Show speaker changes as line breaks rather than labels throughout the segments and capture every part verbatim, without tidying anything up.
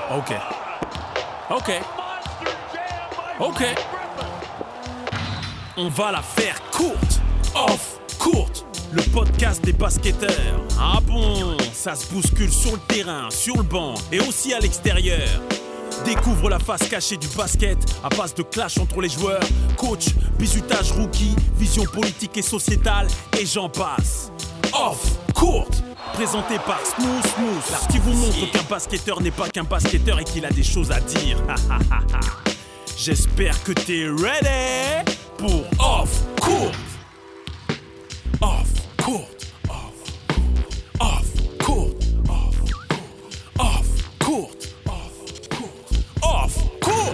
Ok. Ok. Ok. On va la faire courte. Off courte. Le podcast des basketteurs. Ah bon, ça se bouscule sur le terrain, sur le banc et aussi à l'extérieur. Découvre la face cachée du basket à base de clash entre les joueurs, coach, bizutage rookie, vision politique et sociétale et j'en passe. Off courte. Présenté par Smooth Smooth, là qui vous montre qu'un basketteur n'est pas qu'un basketteur et qu'il a des choses à dire. J'espère que t'es ready pour Off Court. Off Court. Off Court. Off Court. Off Court. Off Court.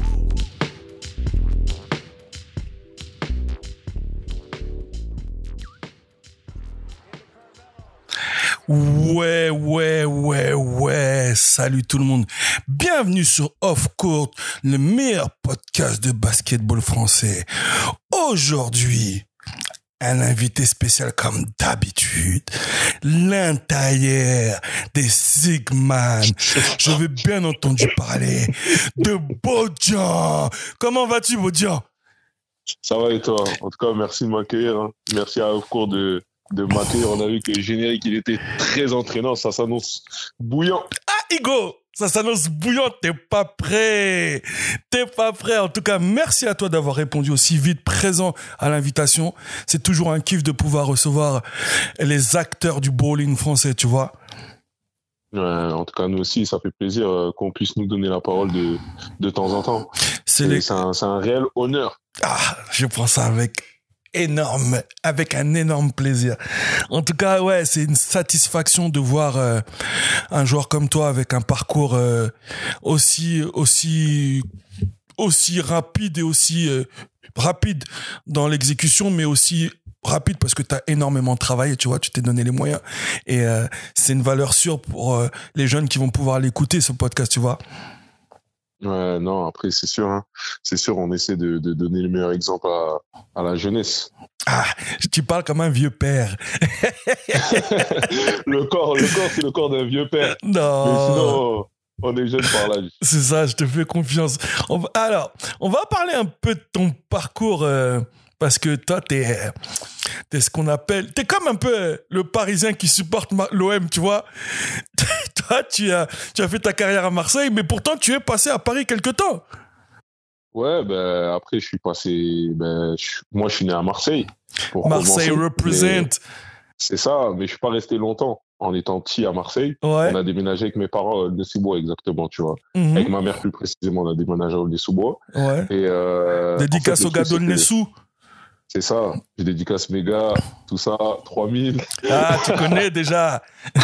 Ouais, ouais, ouais, ouais. Salut tout le monde. Bienvenue sur Off Court, le meilleur podcast de basketball français. Aujourd'hui, un invité spécial comme d'habitude. L'intérieur des Sigman. Je veux bien entendu parler de Bodian. Comment vas-tu, Bodian?
Ça va et toi? En tout cas, merci de m'accueillir. Hein. Merci à Off Court de... de m'accueillir. On a vu que le générique, il était très entraînant. Ça s'annonce bouillant.
Ah, Hugo, ça s'annonce bouillant. T'es pas prêt. T'es pas prêt. En tout cas, merci à toi d'avoir répondu aussi vite, présent à l'invitation. C'est toujours un kiff de pouvoir recevoir les acteurs du bowling français, tu vois.
Ouais, en tout cas, nous aussi, ça fait plaisir euh, qu'on puisse nous donner la parole de, de temps en temps. C'est, c'est, les... c'est, un, c'est un réel honneur.
Ah, je prends ça avec... énorme, avec un énorme plaisir. En tout cas, ouais, c'est une satisfaction de voir euh, un joueur comme toi avec un parcours euh, aussi aussi aussi rapide et aussi euh, rapide dans l'exécution, mais aussi rapide parce que tu as énormément travaillé, tu vois, tu t'es donné les moyens et euh, c'est une valeur sûre pour euh, les jeunes qui vont pouvoir l'écouter, ce podcast, tu vois.
Ouais, non, après, c'est sûr, hein. C'est sûr, on essaie de, de donner le meilleur exemple à, à la jeunesse.
Ah, tu parles comme un vieux père.
le corps, le corps, c'est le corps d'un vieux père.
Non.
Mais sinon, on est jeune par l'âge.
C'est ça, je te fais confiance. On va, alors, on va parler un peu de ton parcours, euh, parce que toi, t'es, t'es ce qu'on appelle, t'es comme un peu le Parisien qui supporte l'O M, tu vois. Toi, tu as, tu as fait ta carrière à Marseille, mais pourtant, tu es passé à Paris quelque temps.
Ouais, ben, après, je suis passé, ben, je, moi, je suis né à Marseille.
Pour Marseille represent.
C'est ça, mais je suis pas resté longtemps en étant petit à Marseille.
Ouais.
On a déménagé avec mes parents de Sous-Bois, exactement, tu vois.
Mm-hmm.
Avec ma mère, plus précisément, on a déménagé au Sous-Bois.
Ouais.
Et, euh,
dédicace
en fait,
au gars d'Aulnay-sous.
C'est ça, je dédicace mes gars, tout ça, trois mille.
Ah, tu connais déjà.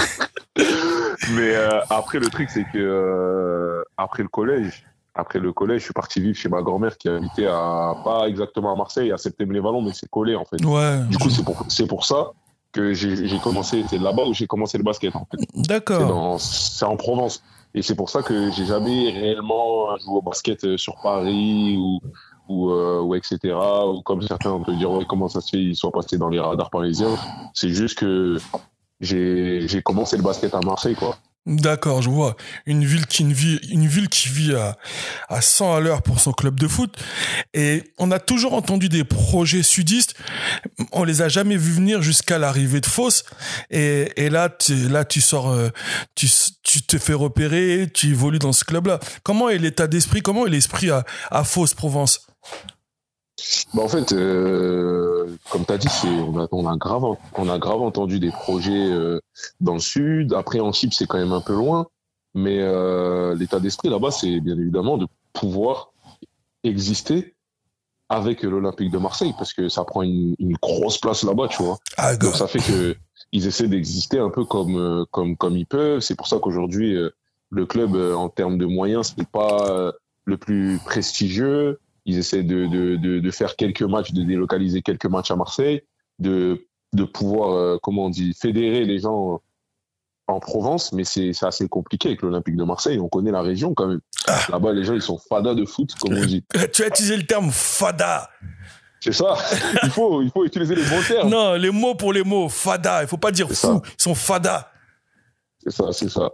Mais euh, après, le truc, c'est que euh, après le collège, après le collège, je suis parti vivre chez ma grand-mère qui habitait à, pas exactement à Marseille, à Septème-les-Vallons, mais c'est collé, en fait.
Ouais.
Du coup, c'est pour, c'est pour ça que j'ai, j'ai commencé, c'est là-bas où j'ai commencé le basket, en fait.
D'accord.
C'est, dans, c'est en Provence. Et c'est pour ça que j'ai jamais réellement joué au basket sur Paris ou, ou, euh, ou et cetera. Ou comme certains vont te dire, ouais, comment ça se fait, ils sont passés dans les radars parisiens. C'est juste que j'ai, j'ai commencé le basket à Marseille, quoi.
D'accord, je vois. Une ville qui vit, une ville qui vit à, à cent à l'heure pour son club de foot. Et on a toujours entendu des projets sudistes. On les a jamais vus venir jusqu'à l'arrivée de Fos. Et, et là, tu, là, tu sors, euh, tu, tu te fais repérer, tu évolues dans ce club-là. Comment est l'état d'esprit, comment est l'esprit à, à Fos, Provence?
Bah en fait, euh, comme tu as dit, c'est, on, a, on, a grave, on a grave entendu des projets euh, dans le sud. Après, en Chypre, c'est quand même un peu loin. Mais euh, l'état d'esprit là-bas, c'est bien évidemment de pouvoir exister avec l'Olympique de Marseille parce que ça prend une, une grosse place là-bas, tu vois.
Ah,
donc ça fait que ils essaient d'exister un peu comme, euh, comme, comme ils peuvent. C'est pour ça qu'aujourd'hui, euh, le club, euh, en termes de moyens, c'est pas euh, le plus prestigieux. Ils essaient de, de, de, de faire quelques matchs, de délocaliser quelques matchs à Marseille, de, de pouvoir, euh, comment on dit, fédérer les gens en Provence, mais c'est, c'est assez compliqué avec l'Olympique de Marseille. On connaît la région quand même. Ah. Là-bas, les gens, ils sont fadas de foot, comme on dit.
Tu as utilisé le terme fada.
C'est ça. Il faut, il faut utiliser les bons termes.
Non, les mots pour les mots. Fada. Il faut pas dire c'est fou. Ça. Ils sont fada.
C'est ça, c'est ça.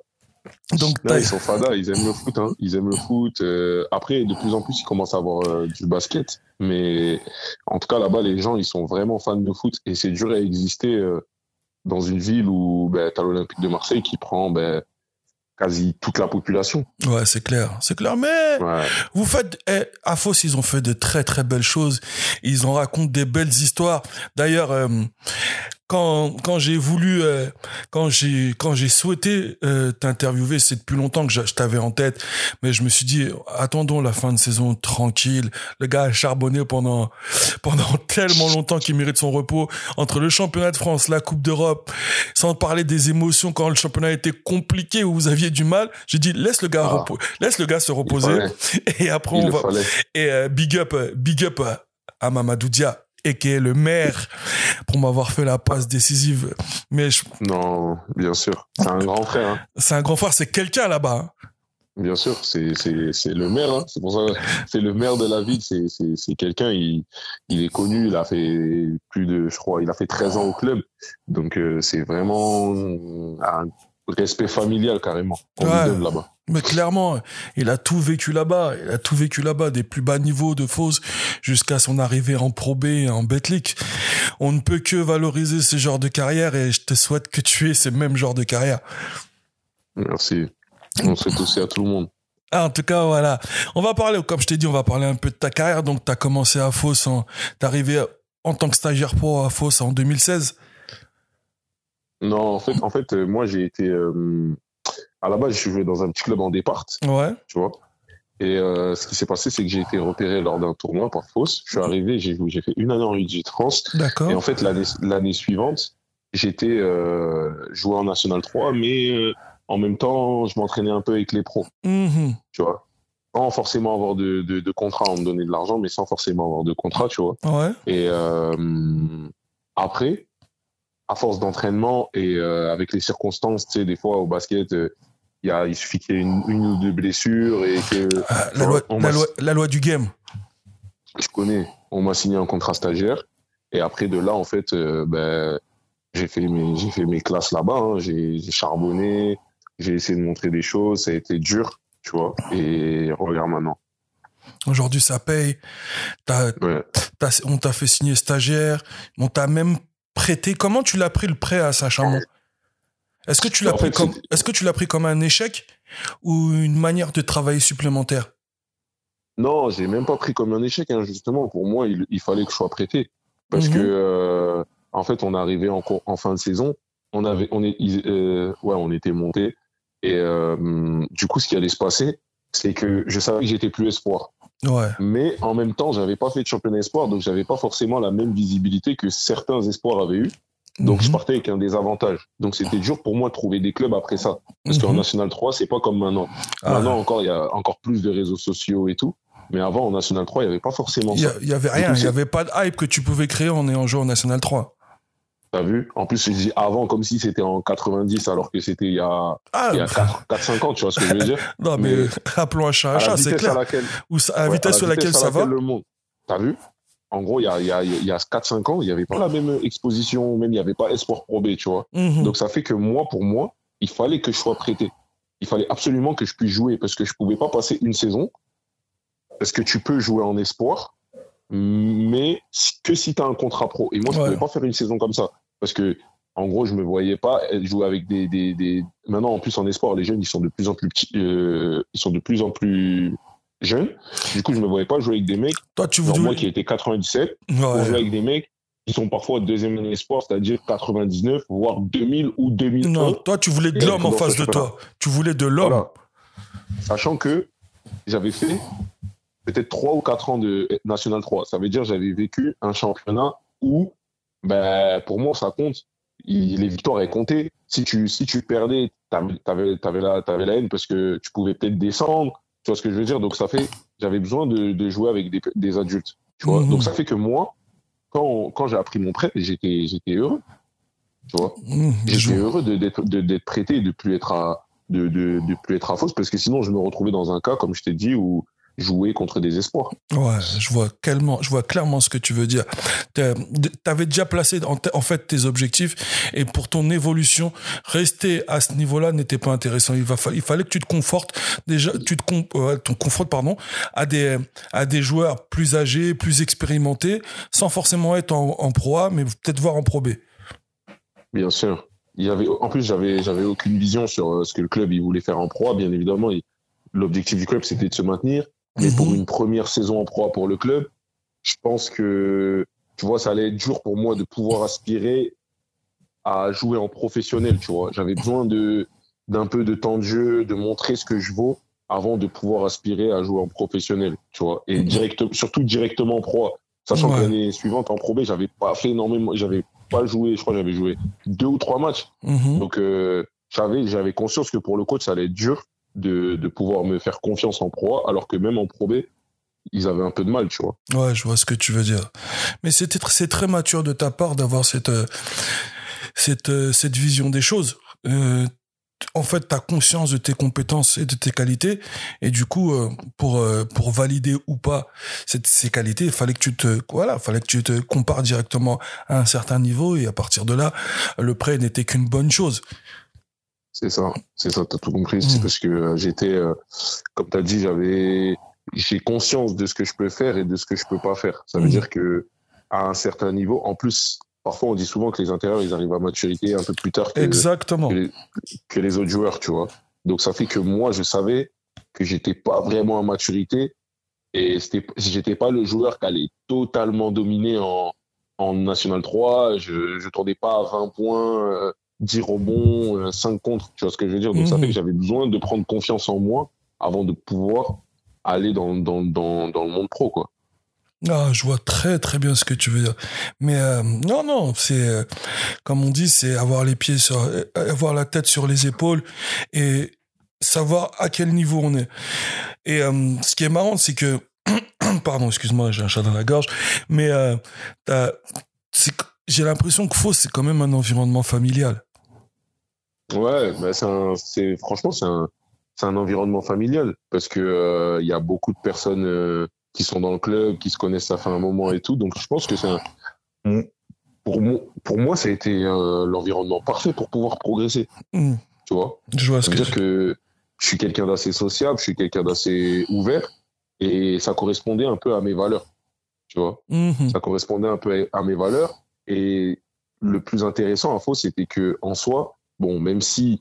Donc,
Là, ils sont fadas, ils aiment le foot, hein. Ils aiment le foot. Euh, après, de plus en plus, ils commencent à avoir euh, du basket. Mais en tout cas, là-bas, les gens, ils sont vraiment fans de foot. Et c'est dur à exister euh, dans une ville où ben, tu as l'Olympique de Marseille qui prend ben, quasi toute la population.
Ouais, c'est clair, c'est clair. Mais
Ouais.
vous faites, eh, à Fos, ils ont fait de très très belles choses. Ils en racontent des belles histoires. D'ailleurs, euh, quand quand j'ai voulu, euh, quand j'ai quand j'ai souhaité euh, t'interviewer, c'est depuis longtemps que je, je t'avais en tête, mais je me suis dit, attendons la fin de saison tranquille. Le gars a charbonné pendant pendant tellement longtemps qu'il mérite son repos entre le championnat de France, la Coupe d'Europe, sans parler des émotions quand le championnat était compliqué où vous aviez du mal. J'ai dit laisse le gars
Ah.
repo- laisse le gars se reposer et après
Il
on
le
va
fallait.
et euh, big up euh, big up euh, à Mamadou Dia et qui est le maire pour m'avoir fait la passe décisive. Mais je-
Non, bien sûr. C'est un grand frère. Hein.
c'est un grand frère, c'est quelqu'un là-bas. hein.
Bien sûr, c'est c'est c'est le maire. Hein. C'est pour ça, c'est le maire de la ville. C'est c'est c'est quelqu'un. Il il est connu. Il a fait plus de, je crois, il a fait treize ans au club. Donc euh, c'est vraiment un respect familial carrément. On
Ouais.
lui donne là-bas.
Mais clairement, il a tout vécu là-bas. Il a tout vécu là-bas, des plus bas niveaux de Fos jusqu'à son arrivée en Pro B, en Betclic. On ne peut que valoriser ce genre de carrière et je te souhaite que tu aies ce même genre de carrière.
Merci. On souhaite aussi à tout le monde.
Ah, en tout cas, voilà. On va parler, comme je t'ai dit, on va parler un peu de ta carrière. Donc, t'as commencé à Fos, en, t'es arrivé en tant que stagiaire pro à Fos en deux mille seize.
Non, en fait, en fait, euh, moi j'ai été euh, à la base, je jouais dans un petit club en départ,
Ouais.
tu vois. Et euh, ce qui s'est passé, c'est que j'ai été repéré lors d'un tournoi par Fos. Je suis arrivé, j'ai joué, j'ai fait une année en U dix-huit France.
D'accord.
Et en fait, l'année l'année suivante, j'étais euh, joué en National trois, mais euh, en même temps, je m'entraînais un peu avec les pros,
Mhm.
tu vois. Sans forcément avoir de, de, de contrat, on me donnait de l'argent, mais sans forcément avoir de contrat, tu vois.
Ouais.
Et euh, après, à force d'entraînement et euh, avec les circonstances, tu sais, des fois au basket, euh, y a, il suffit qu'il y ait une, une ou deux blessures et que...
Ah,
tu
la,
vois,
loi,
on
la,
m'a-
loi, la loi du game.
je connais, on m'a signé un contrat stagiaire. Et après de là, en fait, euh, ben, j'ai fait mes, j'ai fait mes classes là-bas. Hein. J'ai, j'ai charbonné, j'ai essayé de montrer des choses. Ça a été dur, tu vois. Et regarde maintenant.
Aujourd'hui, ça paye. T'as,
Ouais.
t'as- on t'a fait signer stagiaire. On t'a même prêté. Comment tu l'as pris le prêt à Saint-Chamond? Est-ce que tu l'as
En
pris
fait,
comme,
c'est-
est-ce que tu l'as pris comme un échec ou une manière de travailler supplémentaire?
Non, j'ai même pas pris comme un échec, hein, justement. Pour moi, il, il fallait que je sois prêté. Parce
Mhm.
que, euh, en fait, on est arrivé en, cour- en fin de saison. On avait, on est, ils- euh, ouais, on était monté. Et euh, du coup, ce qui allait se passer, c'est que je savais que j'étais plus espoir.
Ouais.
Mais en même temps, j'avais pas fait de championnat espoir, donc j'avais pas forcément la même visibilité que certains espoirs avaient eu. Donc
Mhm.
je partais avec un désavantage. Donc c'était dur pour moi de trouver des clubs après ça. Parce qu'en
Mhm.
National trois, c'est pas comme maintenant.
Ah.
Maintenant encore, il y a encore plus de réseaux sociaux et tout. Mais avant, en National trois, il n'y avait pas forcément
Il y,
ça.
a- il y avait
Du
rien.
coup,
Il y
c'est-
avait pas de hype que tu pouvais créer en ayant joué en National trois.
T'as vu? En plus, je dis avant comme si c'était en quatre-vingt-dix, alors que c'était il y a,
Ah,
il y a quatre cinq ans, tu vois ce que je veux dire?
non, mais,
mais-
appelons un chat un
À la
chat, c'est
vitesse à
clair.
laquelle,
Ou ça- à la
ouais,
vitesse
à
sur laquelle
vitesse
ça
à
va.
le monde. T'as vu? En gros, il y a, il y a, il y a quatre cinq ans, il n'y avait pas la même exposition, même il n'y avait pas Espoir Pro B, tu vois.
Mhm.
Donc ça fait que moi, pour moi, il fallait que je sois prêté. Il fallait absolument que je puisse jouer parce que je pouvais pas passer une saison. Parce que tu peux jouer en espoir, mais que si tu as un contrat pro. Et moi, je
Ouais.
pouvais pas faire une saison comme ça. Parce que, en gros, je me voyais pas jouer avec des, des, des... Maintenant, en plus, en espoir, les jeunes, ils sont de plus en plus petits, euh, ils sont de plus en plus jeunes. Du coup, je me voyais pas jouer avec des mecs,
Toi, tu
genre
voulais.
moi qui étais quatre-vingt-dix-sept, pour
Ouais.
jouer avec des mecs qui sont parfois deuxième année espoir, c'est-à-dire quatre-vingt-dix-neuf, voire deux mille ou deux mille un.
Non, toi, tu voulais de
Et
l'homme en
dans
face
ce
de
championnat.
toi. Tu voulais de l'homme.
Voilà. Sachant que j'avais fait peut-être trois ou quatre ans de National trois. Ça veut dire que j'avais vécu un championnat où, ben, pour moi, ça compte. Il- les victoires, elles comptaient. Si tu, si tu perdais, t'avais, t'avais, t'avais la, t'avais la haine parce que tu pouvais peut-être descendre. Tu vois ce que je veux dire? Donc, ça fait, j'avais besoin de, de jouer avec des, des adultes. Tu vois?
Mhm.
Donc, ça fait que moi, quand, quand j'ai appris mon prêt, j'étais, j'étais heureux. Tu vois?
Mmh, je-
J'étais heureux de, d'être, de, d'être prêté et de plus être à, de, de, de plus être à fausse parce que sinon je me retrouvais dans un cas, comme je t'ai dit, où jouer contre des espoirs.
Ouais, je vois clairement, je vois clairement ce que tu veux dire. T'as- T'avais déjà placé en, t- en fait tes objectifs et pour ton évolution, rester à ce niveau-là n'était pas intéressant. Il va fa- il fallait que tu te confortes déjà, tu te con- euh, ton confrontes pardon à des à des joueurs plus âgés, plus expérimentés, sans forcément être en, en Pro A, mais peut-être voir en Pro B.
Bien sûr. Il y avait, en plus, j'avais, j'avais aucune vision sur euh, ce que le club il voulait faire en Pro A. Bien évidemment, il- l'objectif du club, c'était de se maintenir. Mais
Mhm.
pour une première saison en Pro A pour le club, je pense que, tu vois, ça allait être dur pour moi de pouvoir aspirer à jouer en professionnel, tu vois. J'avais besoin de, d'un peu de temps de jeu, de montrer ce que je vaux avant de pouvoir aspirer à jouer en professionnel, tu vois. Et direct, surtout directement en Pro A. Sachant
Ouais.
que l'année suivante, en Pro B, j'avais pas fait énormément, j'avais pas joué, je crois que j'avais joué deux ou trois matchs.
Mhm.
Donc, euh, j'avais, j'avais conscience que pour le coach, ça allait être dur de, de pouvoir me faire confiance en Pro A, alors que même en Pro B, ils avaient un peu de mal, tu vois.
Ouais, je vois ce que tu veux dire. Mais c'était tr- c'est très mature de ta part d'avoir cette euh, cette euh, cette vision des choses. Euh, en fait, tu as conscience de tes compétences et de tes qualités et du coup euh, pour euh, pour valider ou pas cette, ces qualités, il fallait que tu te voilà, fallait que tu te compares directement à un certain niveau et à partir de là, le prêt n'était qu'une bonne chose.
C'est ça, c'est ça, t'as tout compris.
Mm.
C'est parce que euh, j'étais, euh, comme t'as dit, j'avais, j'ai conscience de ce que je peux faire et de ce que je peux pas faire. Ça veut
Mm.
dire que à un certain niveau, en plus, parfois on dit souvent que les intérieurs, ils arrivent à maturité un peu plus tard que,
Exactement.
que, les, que les autres joueurs, tu vois. Donc ça fait que moi, je savais que j'étais pas vraiment à maturité et c'était, j'étais pas le joueur qui allait totalement dominer en, en National trois. Je, je tournais pas à vingt points, euh, dix rebonds, euh, cinq contre, tu vois ce que je veux dire. Donc ça
Mhm.
fait que j'avais besoin de prendre confiance en moi avant de pouvoir aller dans, dans, dans, dans le monde pro, quoi.
Ah, je vois très très bien ce que tu veux dire. Mais euh, non, non, c'est euh, comme on dit, c'est avoir les pieds sur, euh, avoir la tête sur les épaules et savoir à quel niveau on est. Et euh, ce qui est marrant, c'est que, pardon, excuse-moi, j'ai un chat dans la gorge, mais euh, t'as- c'est que j'ai l'impression que Fos, c'est quand même un environnement familial.
Ouais, bah c'est un, c'est, franchement, c'est un, c'est un environnement familial parce que euh, il y a beaucoup de personnes euh, qui sont dans le club, qui se connaissent ça fait un moment et tout. Donc je pense que c'est un, pour moi, pour moi, ça a été euh, l'environnement parfait pour pouvoir progresser.
Mm.
Tu vois,
Je vois ce
ça veut
que
dire
tu...
que je suis quelqu'un d'assez sociable, je suis quelqu'un d'assez ouvert et ça correspondait un peu à mes valeurs. Tu vois,
Mhm.
ça correspondait un peu à mes valeurs et le plus intéressant à Fos, c'était que en soi, bon, même si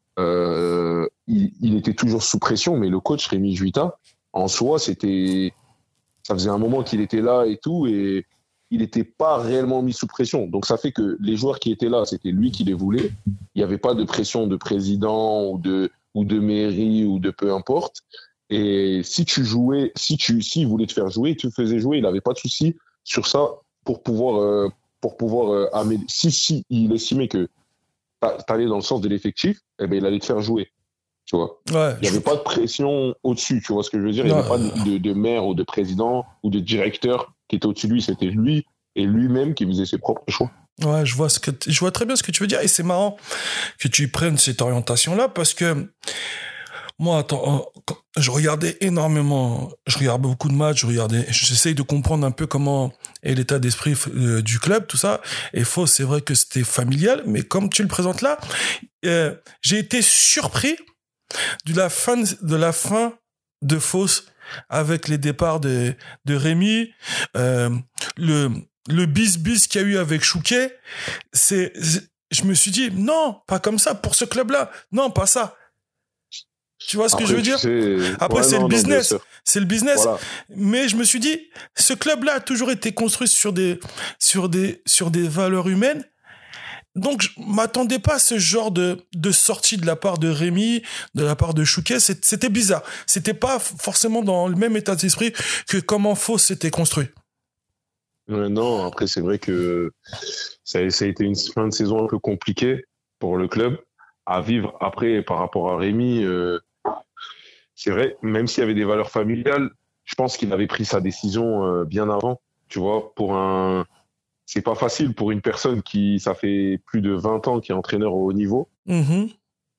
euh, il, il était toujours sous pression, mais le coach Rémi Juita, en soi, c'était, ça faisait un moment qu'il était là et tout, et il n'était pas réellement mis sous pression. Donc ça fait que les joueurs qui étaient là, c'était lui qui les voulait. Il n'y avait pas de pression de président ou de ou de mairie ou de peu importe. Et si tu jouais, si tu, s'il voulait te faire jouer, il te faisait jouer. Il n'avait pas de souci sur ça pour pouvoir euh, pour pouvoir euh, améliorer. Si si il estimait que t'allais dans le sens de l'effectif, eh ben il allait te faire jouer. Tu vois.
Ouais,
Il n'y
je-
avait pas de pression au-dessus, tu vois ce que je veux dire. Il n'y avait
Non,
pas de, de, de maire ou de président ou de directeur qui était au-dessus de lui. C'était lui et lui-même qui faisait ses propres choix.
Ouais, je vois ce que t- je vois très bien ce que tu veux dire et c'est marrant que tu prennes cette orientation-là parce que moi, attends, euh, quand- je regardais énormément, je regardais beaucoup de matchs, je regardais, j'essaye de comprendre un peu comment est l'état d'esprit euh, du club, tout ça. Et faux, c'est vrai que c'était familial, mais comme tu le présentes là, euh, j'ai été surpris de la fin de, de la fin de Fos avec les départs de de Rémi, euh, le le bis-bis qu'il y a eu avec Chouquet, c'est, c'est- je me suis dit, non, pas comme ça, pour ce club-là. Non, pas ça. Tu vois ce que je veux
tu
dire?
sais-
Après,
Ouais,
c'est
non,
le
non, bien
business.
sûr.
C'est le business.
Voilà.
Mais je me suis dit, ce club-là a toujours été construit sur des, sur des, sur des valeurs humaines. Donc, je m'attendais pas à ce genre de, de sortie de la part de Rémi, de la part de Chouquet. C'est- C'était bizarre. C'était pas forcément dans le même état d'esprit que comment Fos s'était construit.
Ouais, non, après, c'est vrai que ça, a- ça a été une fin de saison un peu compliquée pour le club à vivre. Après, par rapport à Rémi, euh, c'est vrai, même s'il y avait des valeurs familiales, je pense qu'il avait pris sa décision euh, bien avant. Tu vois, pour un, c'est pas facile pour une personne qui, ça fait plus de vingt ans qui est entraîneur au haut niveau.
Mhm.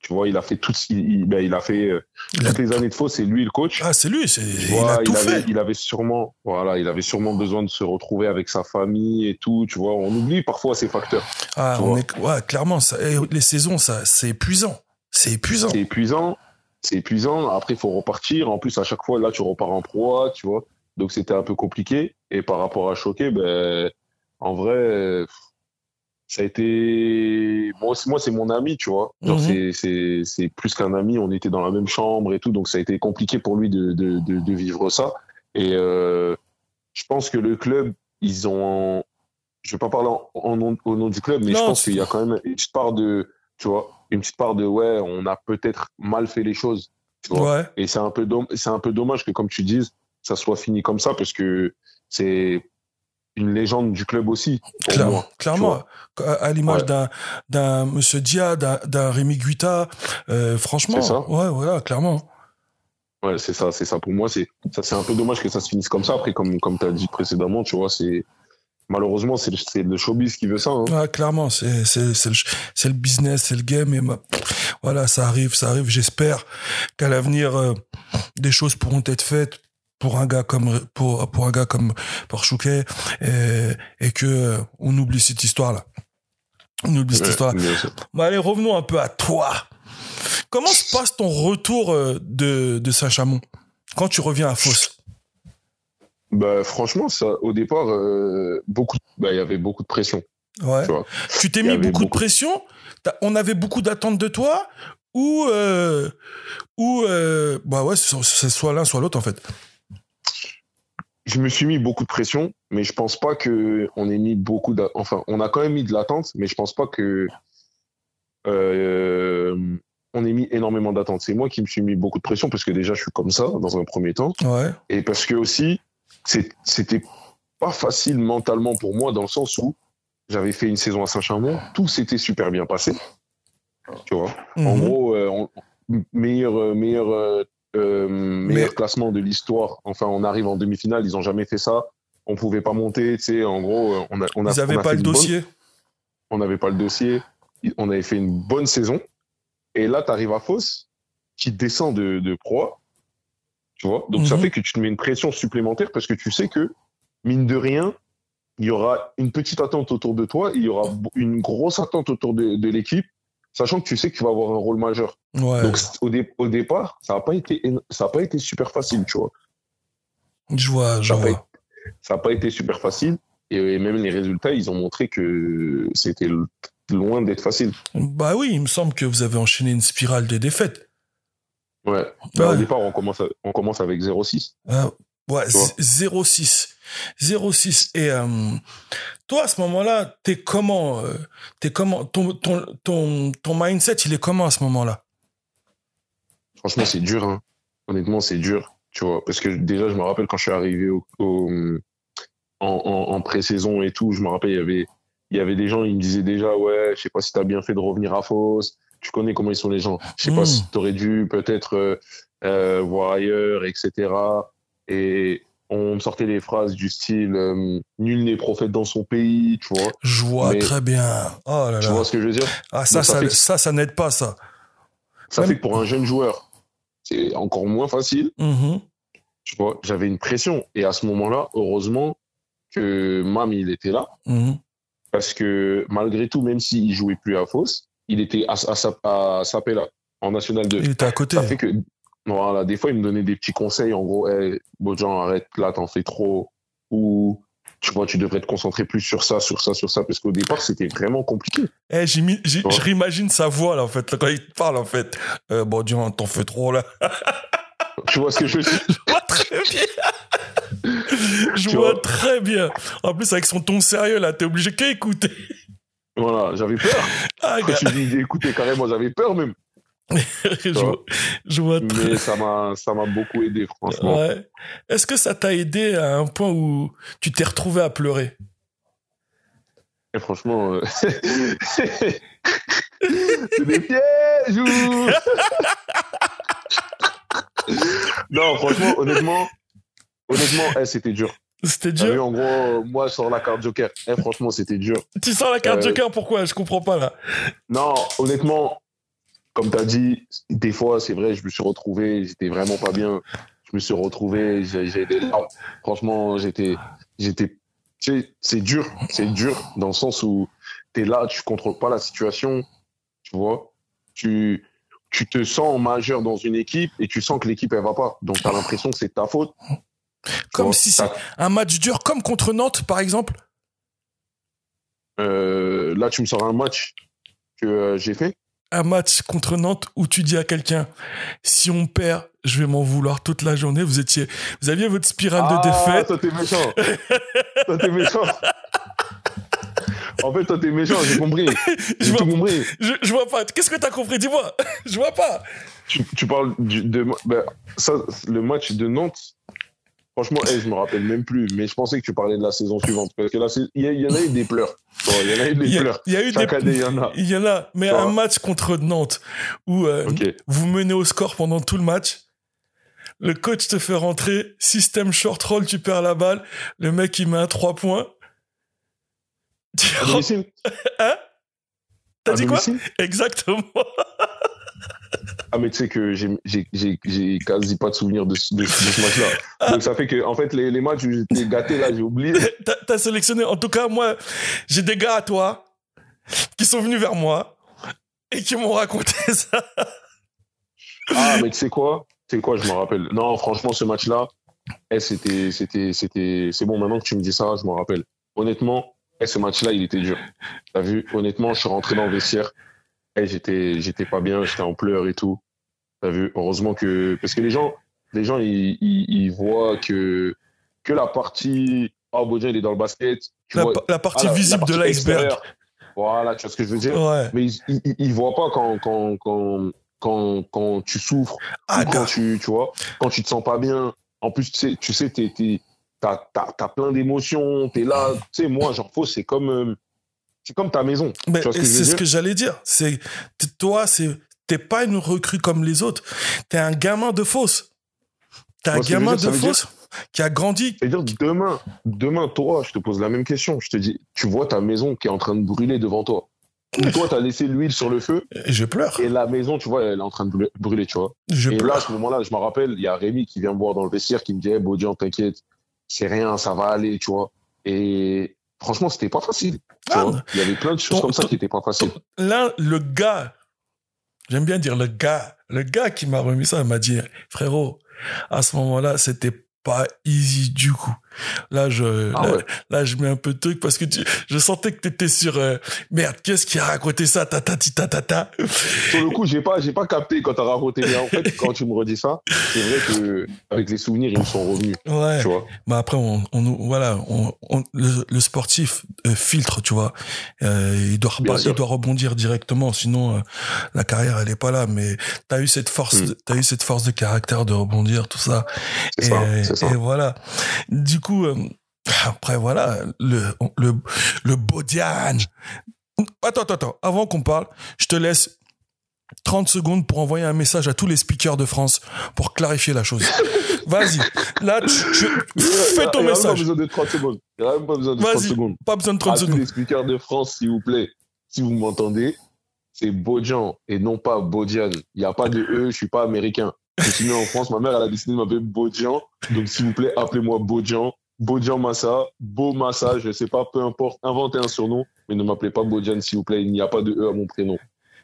Tu vois, il a fait toutes, il, il, ben, il a fait euh,
Il a-
toutes les années de faux, c'est lui le coach.
Ah, c'est lui, c'est...
Tu
il
vois,
a tout
avait,
fait.
il avait sûrement, voilà, il avait sûrement besoin de se retrouver avec sa famille et tout. Tu vois, on oublie parfois ces facteurs.
Ah,
tu
on
vois.
est... ouais, clairement, ça... et les saisons, ça, c'est épuisant. C'est épuisant.
C'est épuisant. C'est épuisant. Après, il faut repartir. En plus, à chaque fois, là, tu repars en proie, tu vois. Donc, c'était un peu compliqué. Et par rapport à Choquet, ben, en vrai, ça a été. Bon, c'est- moi, c'est mon ami, tu vois. Genre,
Mhm.
c'est, c'est, c'est plus qu'un ami. On était dans la même chambre et tout. Donc, ça a été compliqué pour lui de, de, de, de vivre ça. Et euh, je pense que le club, ils ont. Je vais pas parler en, en nom- au nom du club, mais
Non,
je pense
c'est-
qu'il y a quand même une petite part de. Tu vois, une petite part de. Ouais, on a peut-être mal fait les choses. Tu vois.
Ouais.
Et c'est un peu domm- c'est un peu dommage que, comme tu dises, ça soit fini comme ça parce que c'est une légende du club aussi. Pour
Clairement,
moi, tu
clairement.
vois.
À, à l'image
Ouais.
d'un, d'un Monsieur Dia, d'un, d'un Rémi Guita, euh, franchement.
C'est ça.
Ouais, voilà, clairement.
Ouais, c'est ça, c'est ça. Pour moi, c'est ça, c'est un peu dommage que ça se finisse comme ça. Après, comme comme tu as dit précédemment, tu vois, c'est malheureusement c'est le, c'est le showbiz qui veut ça. Hein.
Ouais, clairement, c'est, c'est, c'est le, c'est le business, c'est le game. Et ma- voilà, ça arrive, ça arrive. J'espère qu'à l'avenir, euh, des choses pourront être faites pour un gars comme, pour, pour un gars comme Porchouquet et, et que, euh, on oublie cette histoire-là. On oublie cette
Ouais,
histoire-là.
mais c'est-
Bon, allez, revenons un peu à toi. Comment se passe ton retour euh, de, de Saint-Chamond quand tu reviens à Fos?
Bah, franchement, ça, au départ, euh, beaucoup, bah, il y avait beaucoup de pression.
Ouais.
Tu vois.
Tu t'es
Il y
mis
avait
beaucoup, de
beaucoup-
pression? T'as- On avait beaucoup d'attentes de toi? Ou, euh, ou euh, bah ouais, c'est c'est soit l'un, soit l'autre en fait.
Je me suis mis beaucoup de pression, mais je pense pas que on ait mis beaucoup d'a- enfin, on a quand même mis de l'attente, mais je pense pas que euh, on ait mis énormément d'attente. C'est moi qui me suis mis beaucoup de pression parce que déjà je suis comme ça dans un premier temps,
Ouais.
et parce que aussi c'est- c'était pas facile mentalement pour moi dans le sens où j'avais fait une saison à Saint-Chamond, tout s'était super bien passé, tu vois. En
Mhm.
gros, euh, on- meilleur, euh, meilleur, euh, euh, meilleur
Mais-
classement de l'histoire. Enfin, on arrive en demi-finale, ils ont jamais fait ça. On pouvait pas monter, tu sais. En gros, euh, on a, on a,
Ils avaient
on a
pas
fait
le
une bonne-
dossier.
on n'avait pas le dossier. On avait fait une bonne saison. Et là, tu arrives à Fos, qui descend de, de Pro. Tu vois. Donc, ça
Mhm.
fait que tu te mets une pression supplémentaire parce que tu sais que, mine de rien, il y aura une petite attente autour de toi, il y aura une grosse attente autour de, de l'équipe, sachant que tu sais que tu vas avoir un rôle majeur.
Ouais.
Donc au, dé- au départ, ça n'a pas été éno- ça a pas été super facile, tu vois.
Je vois, je
Ça n'a pas,
vois.
été- ça a pas été super facile et, et même les résultats, ils ont montré que c'était l- loin d'être facile.
Bah oui, il me semble que vous avez enchaîné une spirale de défaites.
Ouais. Bah,
Ouais.
Au départ, on commence à- on commence avec zéro six.
Euh, ouais,
Tu vois.
z- zéro six. zéro six. Et euh, toi, à ce moment-là, t'es comment, euh, t'es comment ton, ton, ton, ton mindset, il est comment à ce moment-là?
Franchement, c'est dur, hein. Honnêtement, c'est dur, tu vois. Parce que déjà, je me rappelle quand je suis arrivé au, au- en, en, en pré-saison et tout, je me rappelle, il y avait, il y avait des gens, ils me disaient déjà, ouais, je sais pas si t'as bien fait de revenir à Fos. Tu connais comment ils sont les gens. Je sais
Mm.
pas si t'aurais dû peut-être euh, euh, voir ailleurs, et cetera. Et on me sortait des phrases du style euh, nul n'est prophète dans son pays, tu vois.
Je vois
Mais-
très bien. Oh là
Tu
là.
vois ce que je veux dire?
Ah, ça,
Donc, ça
ça,
fait que-
ça, ça n'aide pas, ça.
Ça
Même-
fait que pour un jeune joueur, c'est encore moins facile.
Mhm.
Tu vois, j'avais une pression. Et à ce moment-là, heureusement que Mam, il était là.
Mhm.
Parce que malgré tout, même s'il jouait plus à Fos, il était à, à, Sap- à Sapela, en National deux.
Il était à côté.
Ça fait que, voilà, des fois, il me donnait des petits conseils. En gros, hey, Bodjan, arrête, là, t'en fais trop. Ou, tu vois, tu devrais te concentrer plus sur ça, sur ça, sur ça. Parce qu'au départ, c'était vraiment compliqué.
Eh, j'ai mis, j'ai,
Ouais.
je réimagine sa voix, là, en fait, là, quand il te parle, en fait. Euh, bon, Dieu, t'en fais trop, là.
Tu vois ce que je veux dire?
Je vois très bien. Je
Tu
vois
vois.
très bien. En plus, avec son ton sérieux, là, t'es obligé qu'écouter.
Voilà, j'avais peur.
Ah,
Quand
gars.
tu dis écoutez, carrément, j'avais peur même.
je, vois, je vois très
Mais ça m'a, ça m'a beaucoup aidé, franchement.
Ouais. Est-ce que ça t'a aidé à un point où tu t'es retrouvé à pleurer?
Et franchement, euh, c'est des pièges ou... Non, franchement, honnêtement, honnêtement, eh, c'était dur.
C'était
T'as vu,
dur.
en gros, euh, moi, je sors la carte Joker. Eh, franchement, c'était dur.
Tu sors la carte
Euh,
Joker, pourquoi? Je comprends pas, là.
Non, honnêtement, comme tu as dit, des fois, c'est vrai, je me suis retrouvé, j'étais vraiment pas bien. Je me suis retrouvé, j'ai, j'ai des larmes. Franchement, j'étais, j'étais, tu sais, c'est dur, c'est dur dans le sens où tu es là, tu contrôles pas la situation, tu vois. Tu, tu te sens majeur dans une équipe et tu sens que l'équipe, elle va pas. Donc, tu as l'impression que c'est ta faute.
Comme
vois,
si c'est un match dur, comme contre Nantes, par exemple.
Euh, là, tu me sors un match que euh, j'ai fait.
Un match contre Nantes où tu dis à quelqu'un, si on perd, je vais m'en vouloir toute la journée. Vous étiez, vous aviez votre spirale
ah,
de défaite.
Toi, t'es méchant. Toi, t'es méchant. En fait, toi, t'es méchant, j'ai compris. J'ai
je
tout
vois,
compris.
Je, je vois pas. Qu'est-ce que t'as compris? Dis-moi. Je vois pas.
Tu, tu parles du, de, ben, ça, le match de Nantes. Franchement, hey, je me rappelle même plus, mais je pensais que tu parlais de la saison suivante. Parce que là, il y, y en a eu des pleurs. Bon, il y en a eu des
y a,
pleurs.
Y a eu
Chaque
des...
année, il y en a.
Il y en a. Mais
ça
un
va.
match contre Nantes où euh,
okay.
vous menez au score pendant tout le match. Le coach te fait rentrer. Système short roll, tu perds la balle. Le mec, il met un trois points.
À domicile.
Hein? T'as
à
dit
domicile?
Quoi? Exactement.
Ah, mais tu sais que j'ai, j'ai, j'ai, j'ai quasi pas de souvenir de, de, de ce match-là. Ah. Donc, ça fait que, en fait, les, les matchs où j'étais gâté, là, j'ai oublié.
T'as, t'as sélectionné. En tout cas, moi, j'ai des gars à toi qui sont venus vers moi et qui m'ont raconté ça.
Ah, mais tu sais quoi? Tu sais quoi, je m'en rappelle. Non, franchement, ce match-là, eh, c'était, c'était, c'était, c'est bon, maintenant que tu me dis ça, je m'en rappelle. Honnêtement, eh, ce match-là, il était dur. T'as vu? Honnêtement, je suis rentré dans le vestiaire. Eh, j'étais, j'étais pas bien, j'étais en pleurs et tout. T'as vu? Heureusement que, parce que les gens, les gens, ils, ils, ils voient que, que la partie, oh, Bodian, il est dans le basket. Tu
la,
vois,
la partie
ah, la,
visible
la partie
de l'iceberg.
Extérieure. Voilà, tu vois ce que je veux dire?
Ouais.
Mais ils, ils, ils voient pas quand, quand, quand, quand, quand tu souffres,
ah,
ou quand tu, tu vois, quand tu te sens pas bien. En plus, tu sais, tu sais, t'es, t'es, t'as, t'as, t'as plein d'émotions, t'es là. Tu sais, moi, Jean Faux, c'est comme, euh, c'est comme ta maison.
Mais
tu vois ce que
c'est
je veux
ce
dire?
que j'allais dire. C'est, toi, c'est, t'es pas une recrue comme les autres. T'es un gamin de fosse. T'es un gamin de fosse qui a grandi.
C'est-à-dire, demain, demain, toi, je te pose la même question. Je te dis, tu vois ta maison qui est en train de brûler devant toi. Ou toi, t'as laissé l'huile sur le feu.
Et je pleure.
Et la maison, tu vois, elle est en train de brûler, tu vois.
Je
et
pleure.
là, à ce moment-là, je me rappelle, il y a Rémi qui vient me voir dans le vestiaire, qui me dit, hey, Bodian, t'inquiète, c'est rien, ça va aller, tu vois. Et franchement, c'était pas facile. Tu
ah,
vois. Il y avait plein de choses
ton,
comme ça
ton,
qui étaient pas faciles.
Là, le gars, j'aime bien dire le gars, le gars qui m'a remis ça, il m'a dit, frérot, à ce moment-là, c'était pas easy du coup. Là, je,
ah
là,
ouais.
là, je mets un peu de truc parce que tu, je sentais que t'étais sur, euh, merde, qu'est-ce qui a raconté ça, ta, ta, ta, ta, ta.
Sur le coup, j'ai pas, j'ai pas capté quand t'as raconté. Mais en fait, quand tu me redis ça, c'est vrai que, avec les souvenirs, ils me sont revenus.
Ouais.
Tu vois.
Bah après, on, on, voilà, on, on, le, le sportif euh, filtre, tu vois. Euh, il doit, pas, il doit rebondir directement, sinon, euh, la carrière, elle est pas là. Mais t'as eu cette force, mm. t'as eu cette force de caractère de rebondir, tout ça.
C'est
et,
ça, c'est ça.
Et voilà. Du coup, euh, après, voilà, le, le, le Bodian. Attends, attends, attends. Avant qu'on parle, je te laisse trente secondes pour envoyer un message à tous les speakers de France pour clarifier la chose. Vas-y. Là, tu, tu fais ton
il y a
message.
Pas besoin de trente secondes. Il n'y a même pas besoin de trente secondes.
Pas besoin de trente
à
secondes.
Tous les speakers de France, s'il vous plaît, si vous m'entendez, c'est Bodian et non pas Bodian. Il n'y a pas de E, je suis pas américain. Je suis né en France, ma mère, elle a décidé de m'appeler Bodian. Donc, s'il vous plaît, appelez-moi Bodian. Bodian Massa, Beau Massa, je ne sais pas, peu importe. Inventez un surnom, mais ne m'appelez pas Bodian, s'il vous plaît. Il n'y a pas de E à mon prénom.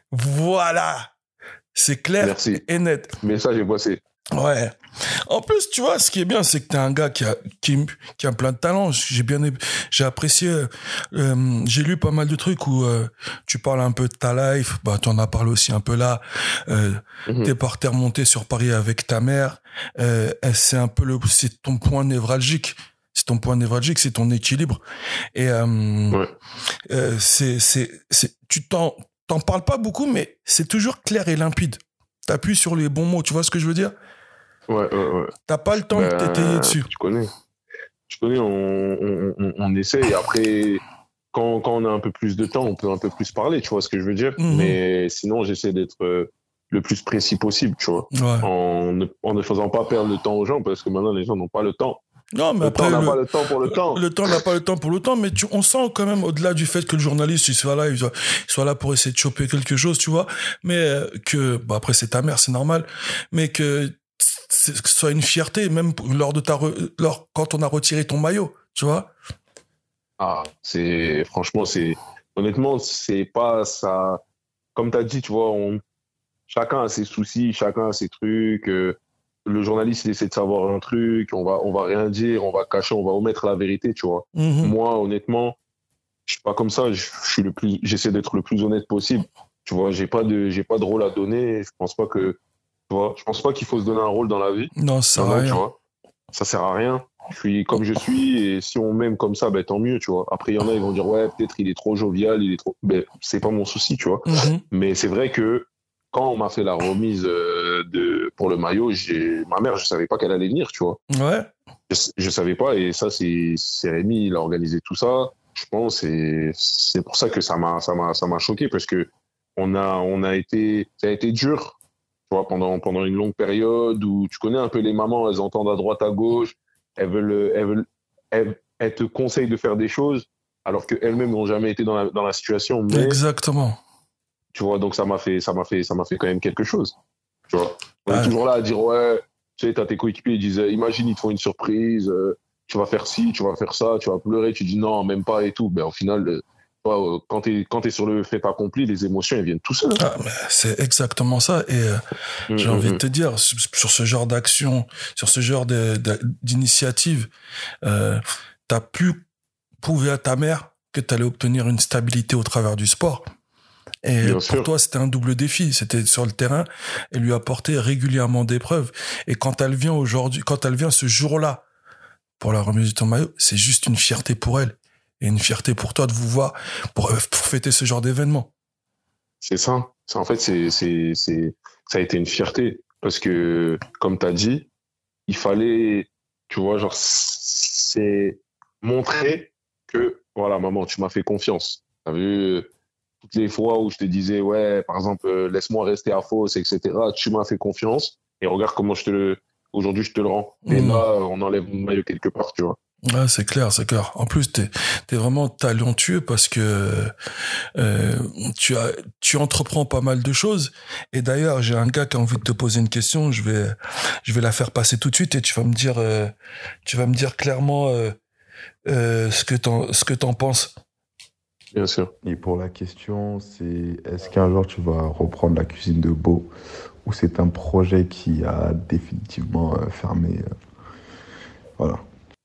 Voilà. C'est clair
Merci.
et net.
Message est passé.
Ouais. En plus, tu vois, ce qui est bien, c'est que t'es un gars qui a, qui, qui a plein de talents. J'ai bien, j'ai apprécié, euh, j'ai lu pas mal de trucs où euh, tu parles un peu de ta life. Bah, tu en as parlé aussi un peu là. Euh, mm-hmm. T'es par terre monté sur Paris avec ta mère. Euh, c'est un peu le, c'est ton point névralgique. C'est ton point névralgique, c'est ton équilibre. Et euh, ouais. euh, c'est, c'est, c'est, tu t'en, t'en parles pas beaucoup, mais c'est toujours clair et limpide. T'appuies sur les bons mots. Tu vois ce que je veux dire?
Ouais, ouais, ouais.
T'as pas le temps ben, de t'étayer dessus.
Tu connais. Tu connais, on, on, on, on essaie. Et après, quand, quand on a un peu plus de temps, on peut un peu plus parler, tu vois ce que je veux dire. Mm-hmm. Mais sinon, j'essaie d'être euh, le plus précis possible, tu vois.
Ouais.
En, ne, en ne faisant pas perdre le temps aux gens, parce que maintenant, les gens n'ont pas le temps.
Non, mais
le
après,
temps n'a
le,
pas le temps pour le temps.
le temps n'a pas le temps pour le temps, mais tu, on sent quand même, au-delà du fait que le journaliste, il soit là, il soit, il soit là pour essayer de choper quelque chose, tu vois, mais euh, que, bon, après, c'est ta mère, c'est normal, mais que, c'est, que ce soit une fierté, même lors de ta, re, lors, quand on a retiré ton maillot, tu vois.
Ah, c'est, franchement, c'est, honnêtement, c'est pas ça. Comme tu as dit, tu vois, on, chacun a ses soucis, chacun a ses trucs. Euh, le journaliste, il essaie de savoir un truc, on va, on va rien dire, on va cacher, on va omettre la vérité, tu vois.
Mm-hmm.
Moi, honnêtement, je suis pas comme ça. Je, je suis le plus, j'essaie d'être le plus honnête possible. Tu vois, j'ai pas de, j'ai pas de rôle à donner. Je pense pas que, tu vois, je pense pas qu'il faut se donner un rôle dans la vie.
Non, ça sert à rien.
Tu vois, ça sert à rien. Je suis comme je suis, et si on m'aime comme ça, ben tant mieux, tu vois. Après, il y en a, ils vont dire, ouais, peut-être il est trop jovial, il est trop. Ben, c'est pas mon souci, tu vois.
Mm-hmm.
Mais c'est vrai que quand on m'a fait la remise euh, de, pour le maillot, j'ai, ma mère, je savais pas qu'elle allait venir, tu vois.
Ouais.
Je, je savais pas, et ça, c'est, c'est Rémi, il a organisé tout ça, je pense, et c'est pour ça que ça m'a, ça m'a, ça m'a choqué, parce que on a, on a été, ça a été dur, tu vois, pendant, pendant une longue période où tu connais un peu les mamans, elles entendent à droite, à gauche. Elles veulent, elles veulent, elles, elles te conseillent de faire des choses alors qu'elles-mêmes n'ont jamais été dans la, dans la situation. Mais,
exactement.
Tu vois, donc ça m'a fait, ça m'a fait, ça m'a fait quand même quelque chose. Tu vois, on ouais. est toujours là à dire, ouais, tu sais, t'as tes coéquipiers, ils disent, imagine, ils te font une surprise, euh, tu vas faire ci, tu vas faire ça, tu vas pleurer, tu dis non, même pas et tout. Ben, au final, euh, ouais, quand t'es, quand t'es sur le fait accompli, les émotions, elles viennent tout seules.
Ah, c'est exactement ça. Et euh, mmh, j'ai mmh. envie de te dire, sur, sur ce genre d'action, sur ce genre de, de, d'initiative, euh, t'as pu prouver à ta mère que t'allais obtenir une stabilité au travers du sport. Et Bien pour sûr. Toi, c'était un double défi. C'était sur le terrain et lui apporter régulièrement des preuves. Et quand elle vient aujourd'hui, quand elle vient ce jour-là pour la remise de ton maillot, c'est juste une fierté pour elle. Et une fierté pour toi de vous voir pour, pour fêter ce genre d'événement.
C'est ça. C'est, en fait, c'est, c'est, c'est, ça a été une fierté. Parce que, comme tu as dit, il fallait, tu vois, genre, c'est montrer que, voilà, maman, tu m'as fait confiance. Tu as vu, toutes les fois où je te disais, ouais, par exemple, euh, laisse-moi rester à Fos, et cetera, tu m'as fait confiance. Et regarde comment je te le, aujourd'hui, je te le rends. Et mmh. là, on enlève mon maillot quelque part, tu vois.
Ouais, c'est clair, c'est clair. En plus, t'es, t'es vraiment talentueux parce que euh, tu as, tu entreprends pas mal de choses. Et d'ailleurs, j'ai un gars qui a envie de te poser une question. Je vais, je vais la faire passer tout de suite et tu vas me dire, euh, tu vas me dire clairement euh, euh, ce que t'en, ce que t'en penses.
Bien sûr.
Et pour la question, c'est est-ce qu'un jour tu vas reprendre la cuisine de Beau ou c'est un projet qui a définitivement euh, fermé euh, voilà.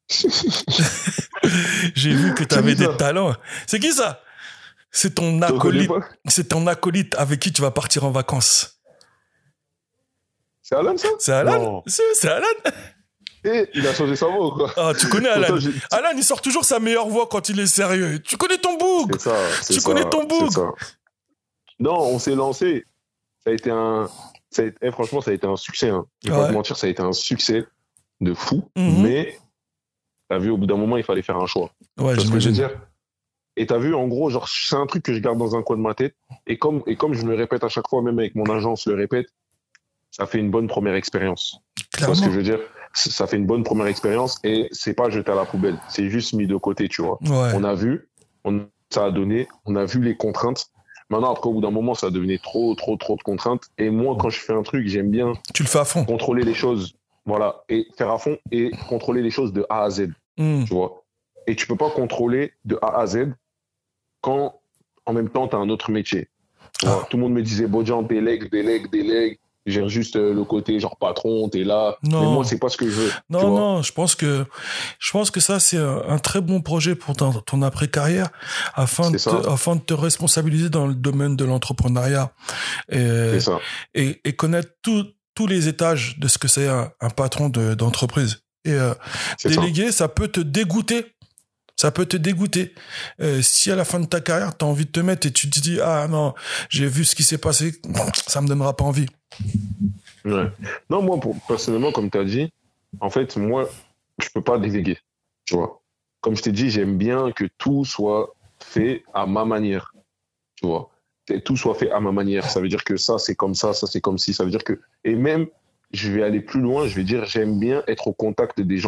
J'ai vu que t'avais des talents. C'est qui ça? C'est ton acolyte. C'est ton acolyte avec qui tu vas partir en vacances.
C'est Alan, ça?
C'est Alan. C'est, c'est Alan.
Et il a changé sa voix, quoi.
Ah, tu connais Alan. Alan, il sort toujours sa meilleure voix quand il est sérieux. Tu connais ton boug.
C'est ça. C'est
tu
ça,
connais ton boug.
Non, on s'est lancé. Ça a été un. Ça a été... Eh, franchement, ça a été un succès. Hein. Je vais ouais. pas te mentir, ça a été un succès de fou. Mm-hmm. Mais. T'as vu, au bout d'un moment, il fallait faire un choix.
Ouais,
tu vois ce que je veux dire? Et t'as vu, en gros, genre, c'est un truc que je garde dans un coin de ma tête. Et comme, et comme je me le répète à chaque fois, même avec mon agence, je le répète, ça fait une bonne première expérience. Tu vois ce que je veux dire? Ça fait une bonne première expérience et c'est pas jeté à la poubelle. C'est juste mis de côté, tu vois.
Ouais.
On a vu, on, ça a donné, on a vu les contraintes. Maintenant, après, au bout d'un moment, ça devenait trop, trop, trop de contraintes. Et moi, quand je fais un truc, j'aime bien.
Tu le fais à fond.
Contrôler les choses. Voilà, et faire à fond et contrôler les choses de A à Z, mmh. tu vois. Et tu peux pas contrôler de A à Z quand, en même temps, tu as un autre métier. Ah. Tout le monde me disait, Bodian, délègue, délègue, délègue. Gère juste le côté genre patron, t'es là. Non. Mais moi, c'est pas ce que je veux.
Non, tu vois. non, je pense que, je pense que ça, c'est un, un très bon projet pour ton, ton après-carrière afin de, te, afin de te responsabiliser dans le domaine de l'entrepreneuriat. Et,
c'est ça.
Et, et connaître tout, tous les étages de ce que c'est un, un patron de, d'entreprise. Et euh, déléguer, ça. ça peut te dégoûter. Ça peut te dégoûter. Euh, si à la fin de ta carrière, tu as envie de te mettre et tu te dis « Ah non, j'ai vu ce qui s'est passé, ça me donnera pas envie. »
Ouais. Non, moi, pour, personnellement, comme tu as dit, en fait, moi, je peux pas déléguer. Tu vois. Comme je t'ai dit, j'aime bien que tout soit fait à ma manière. Tu vois. Que tout soit fait à ma manière. Ça veut dire que ça, c'est comme ça, ça, c'est comme ci. Ça veut dire que... Et même, je vais aller plus loin, je vais dire, j'aime bien être au contact des gens.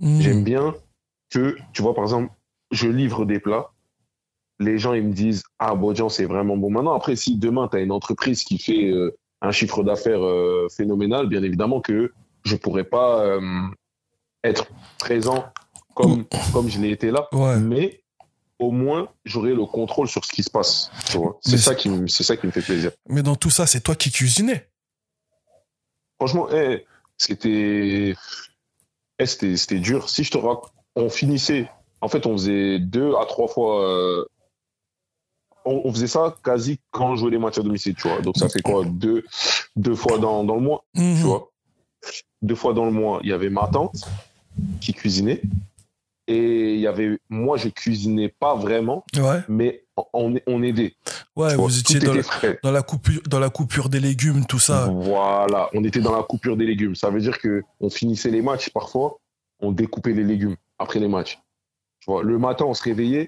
Mmh.
J'aime bien que, tu vois, par exemple, je livre des plats, les gens, ils me disent « Ah, Bodian, c'est vraiment bon. » Maintenant, après, si demain, tu as une entreprise qui fait euh, un chiffre d'affaires euh, phénoménal, bien évidemment que je pourrais pas euh, être présent comme, comme je l'ai été là.
Ouais.
Mais au moins, j'aurai le contrôle sur ce qui se passe. Tu vois. C'est,
Mais
ça
c'est-
qui, me- c'est ça qui me fait plaisir.
Mais dans tout ça, c'est toi qui cuisinais.
Franchement, eh, c'était, eh, c'était, c'était dur. Si je te raconte, on finissait, en fait, on faisait deux à trois fois, euh, on, on faisait ça quasi quand on jouait les matchs à domicile, tu vois. Donc ça fait quoi, deux, deux fois dans, dans le mois,
Mhm.
tu vois. Deux fois dans le mois, il y avait ma tante qui cuisinait. Et il y avait, moi, je cuisinais pas vraiment,
Ouais,
mais on, on aidait.
ouais,
Tu vois,
vous étiez
tout
dans,
était
la-
frais.
dans la coupure, dans la coupure des légumes, tout ça.
Voilà, on était dans la coupure des légumes. Ça veut dire que on finissait les matchs parfois, on découpait les légumes après les matchs. Tu vois, le matin, on se réveillait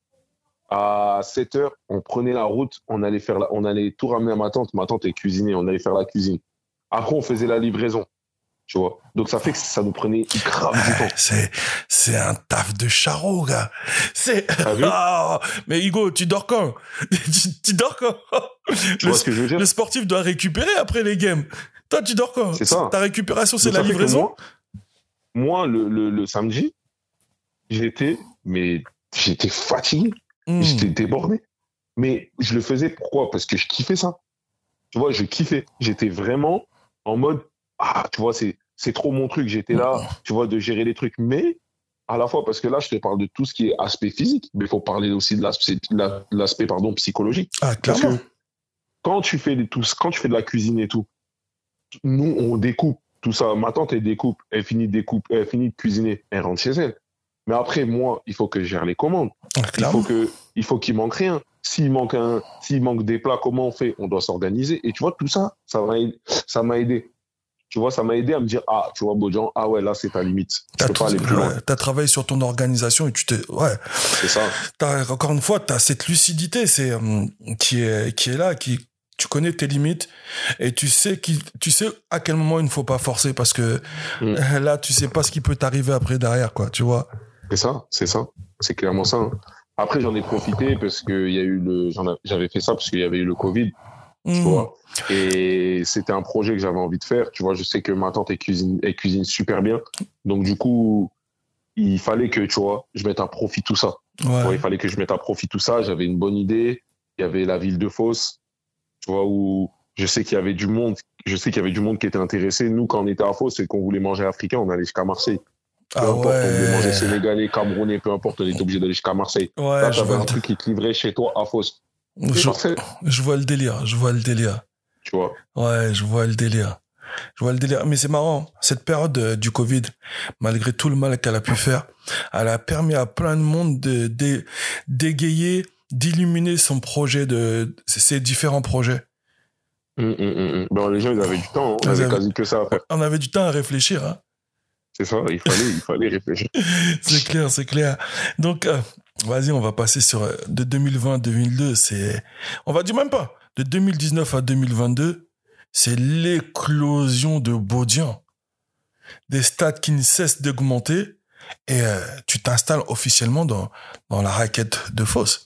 à sept heures, on prenait la route, on allait faire, la- on allait tout ramener à ma tante. Ma tante est cuisinier, on allait faire la cuisine. Après, on faisait la livraison. Tu vois, donc ça fait que ça nous prenait grave du temps.
C'est, c'est un taf de charreau, gars. C'est,
T'as vu
Ah, mais Hugo, tu dors quand? tu, tu dors quand?
Tu
le,
vois ce que je veux dire?
le sportif doit récupérer après les games. Toi, tu dors quand?
C'est ça.
Ta récupération, c'est
Donc,
la
ça fait que
livraison?
Moi, moi le, le, le samedi, j'étais, mais j'étais fatigué.
Mmh.
J'étais débordé. Mais je le faisais pourquoi? Parce que je kiffais ça. Tu vois, je kiffais. J'étais vraiment en mode, ah, tu vois, c'est, c'est trop mon truc. J'étais là, tu vois, de gérer les trucs. Mais à la fois, parce que là, je te parle de tout ce qui est aspect physique, mais il faut parler aussi de l'aspect, la- l'aspect pardon, psychologique.
Ah,
Parce
clairement.
que quand tu fais des, tout, quand tu fais de la cuisine et tout, nous, on découpe tout ça. Ma tante, elle découpe, elle finit de découpe, elle finit de cuisiner, elle rentre chez elle. Mais après, moi, il faut que je gère les commandes.
Ah,
Il
clairement.
faut que, il faut qu'il manque rien. S'il manque un, s'il manque des plats, comment on fait? On doit s'organiser. Et tu vois, tout ça, ça m'a aidé, ça m'a aidé. Tu vois, ça m'a aidé à me dire, ah, tu vois, Bodian, ah ouais, là, c'est ta limite. Je
T'as
peux
tout-
pas aller plus loin.
ouais, t'as travaillé sur ton organisation et tu te, ouais,
C'est ça.
t'as, encore une fois, t'as cette lucidité, c'est, hum, qui est, qui est là, qui, tu connais tes limites et tu sais qui, tu sais à quel moment il ne faut pas forcer parce que
Mm.
euh, là, tu sais pas ce qui peut t'arriver après derrière, quoi, tu vois.
C'est ça, c'est ça. C'est clairement ça. hein. Après, j'en ai profité parce que il y a eu le, j'en a- j'avais fait ça parce qu'il y avait eu le Covid, tu
Mmh.
vois. Et c'était un projet que j'avais envie de faire. Tu vois, je sais que ma tante, elle cuisine, elle cuisine super bien. Donc, du coup, il fallait que, tu vois, je mette à profit tout ça. Tu vois,
Ouais.
il fallait que je mette à profit tout ça. J'avais une bonne idée. Il y avait la ville de Fos, tu vois, où je sais qu'il y avait du monde. Je sais qu'il y avait du monde qui était intéressé. Nous, quand on était à Fos et qu'on voulait manger africain, on allait jusqu'à Marseille. Peu
Ah
importe, on voulait manger
ouais.
sénégalais, camerounais, peu importe, on était obligé d'aller jusqu'à Marseille.
Ouais,
Là,
je
t'avais
vois,
un
le,
truc qui te livrait chez toi à Fos.
je,
C'est parfait,
je vois le délire, je vois le délire.
tu vois.
Ouais, je vois le délire. Je vois le délire. Mais c'est marrant, cette période euh, du Covid, malgré tout le mal qu'elle a pu faire, elle a permis à plein de monde de, de d'égayer, d'illuminer son projet, de ses différents projets.
Hum, hum, hum, hum. Ben, les gens, ils avaient du temps, hein.
Ils
on avait
avaient-
quasi que ça à faire.
On avait du temps à réfléchir, hein.
C'est ça, il fallait, il fallait réfléchir.
C'est clair, c'est clair. Donc, euh, vas-y, on va passer sur euh, de deux mille vingt à deux mille deux. C'est, on va dire même pas. De deux mille dix-neuf à deux mille vingt-deux, c'est l'éclosion de Bodian. Des stats qui ne cessent d'augmenter et euh, tu t'installes officiellement dans, dans la raquette de Fos.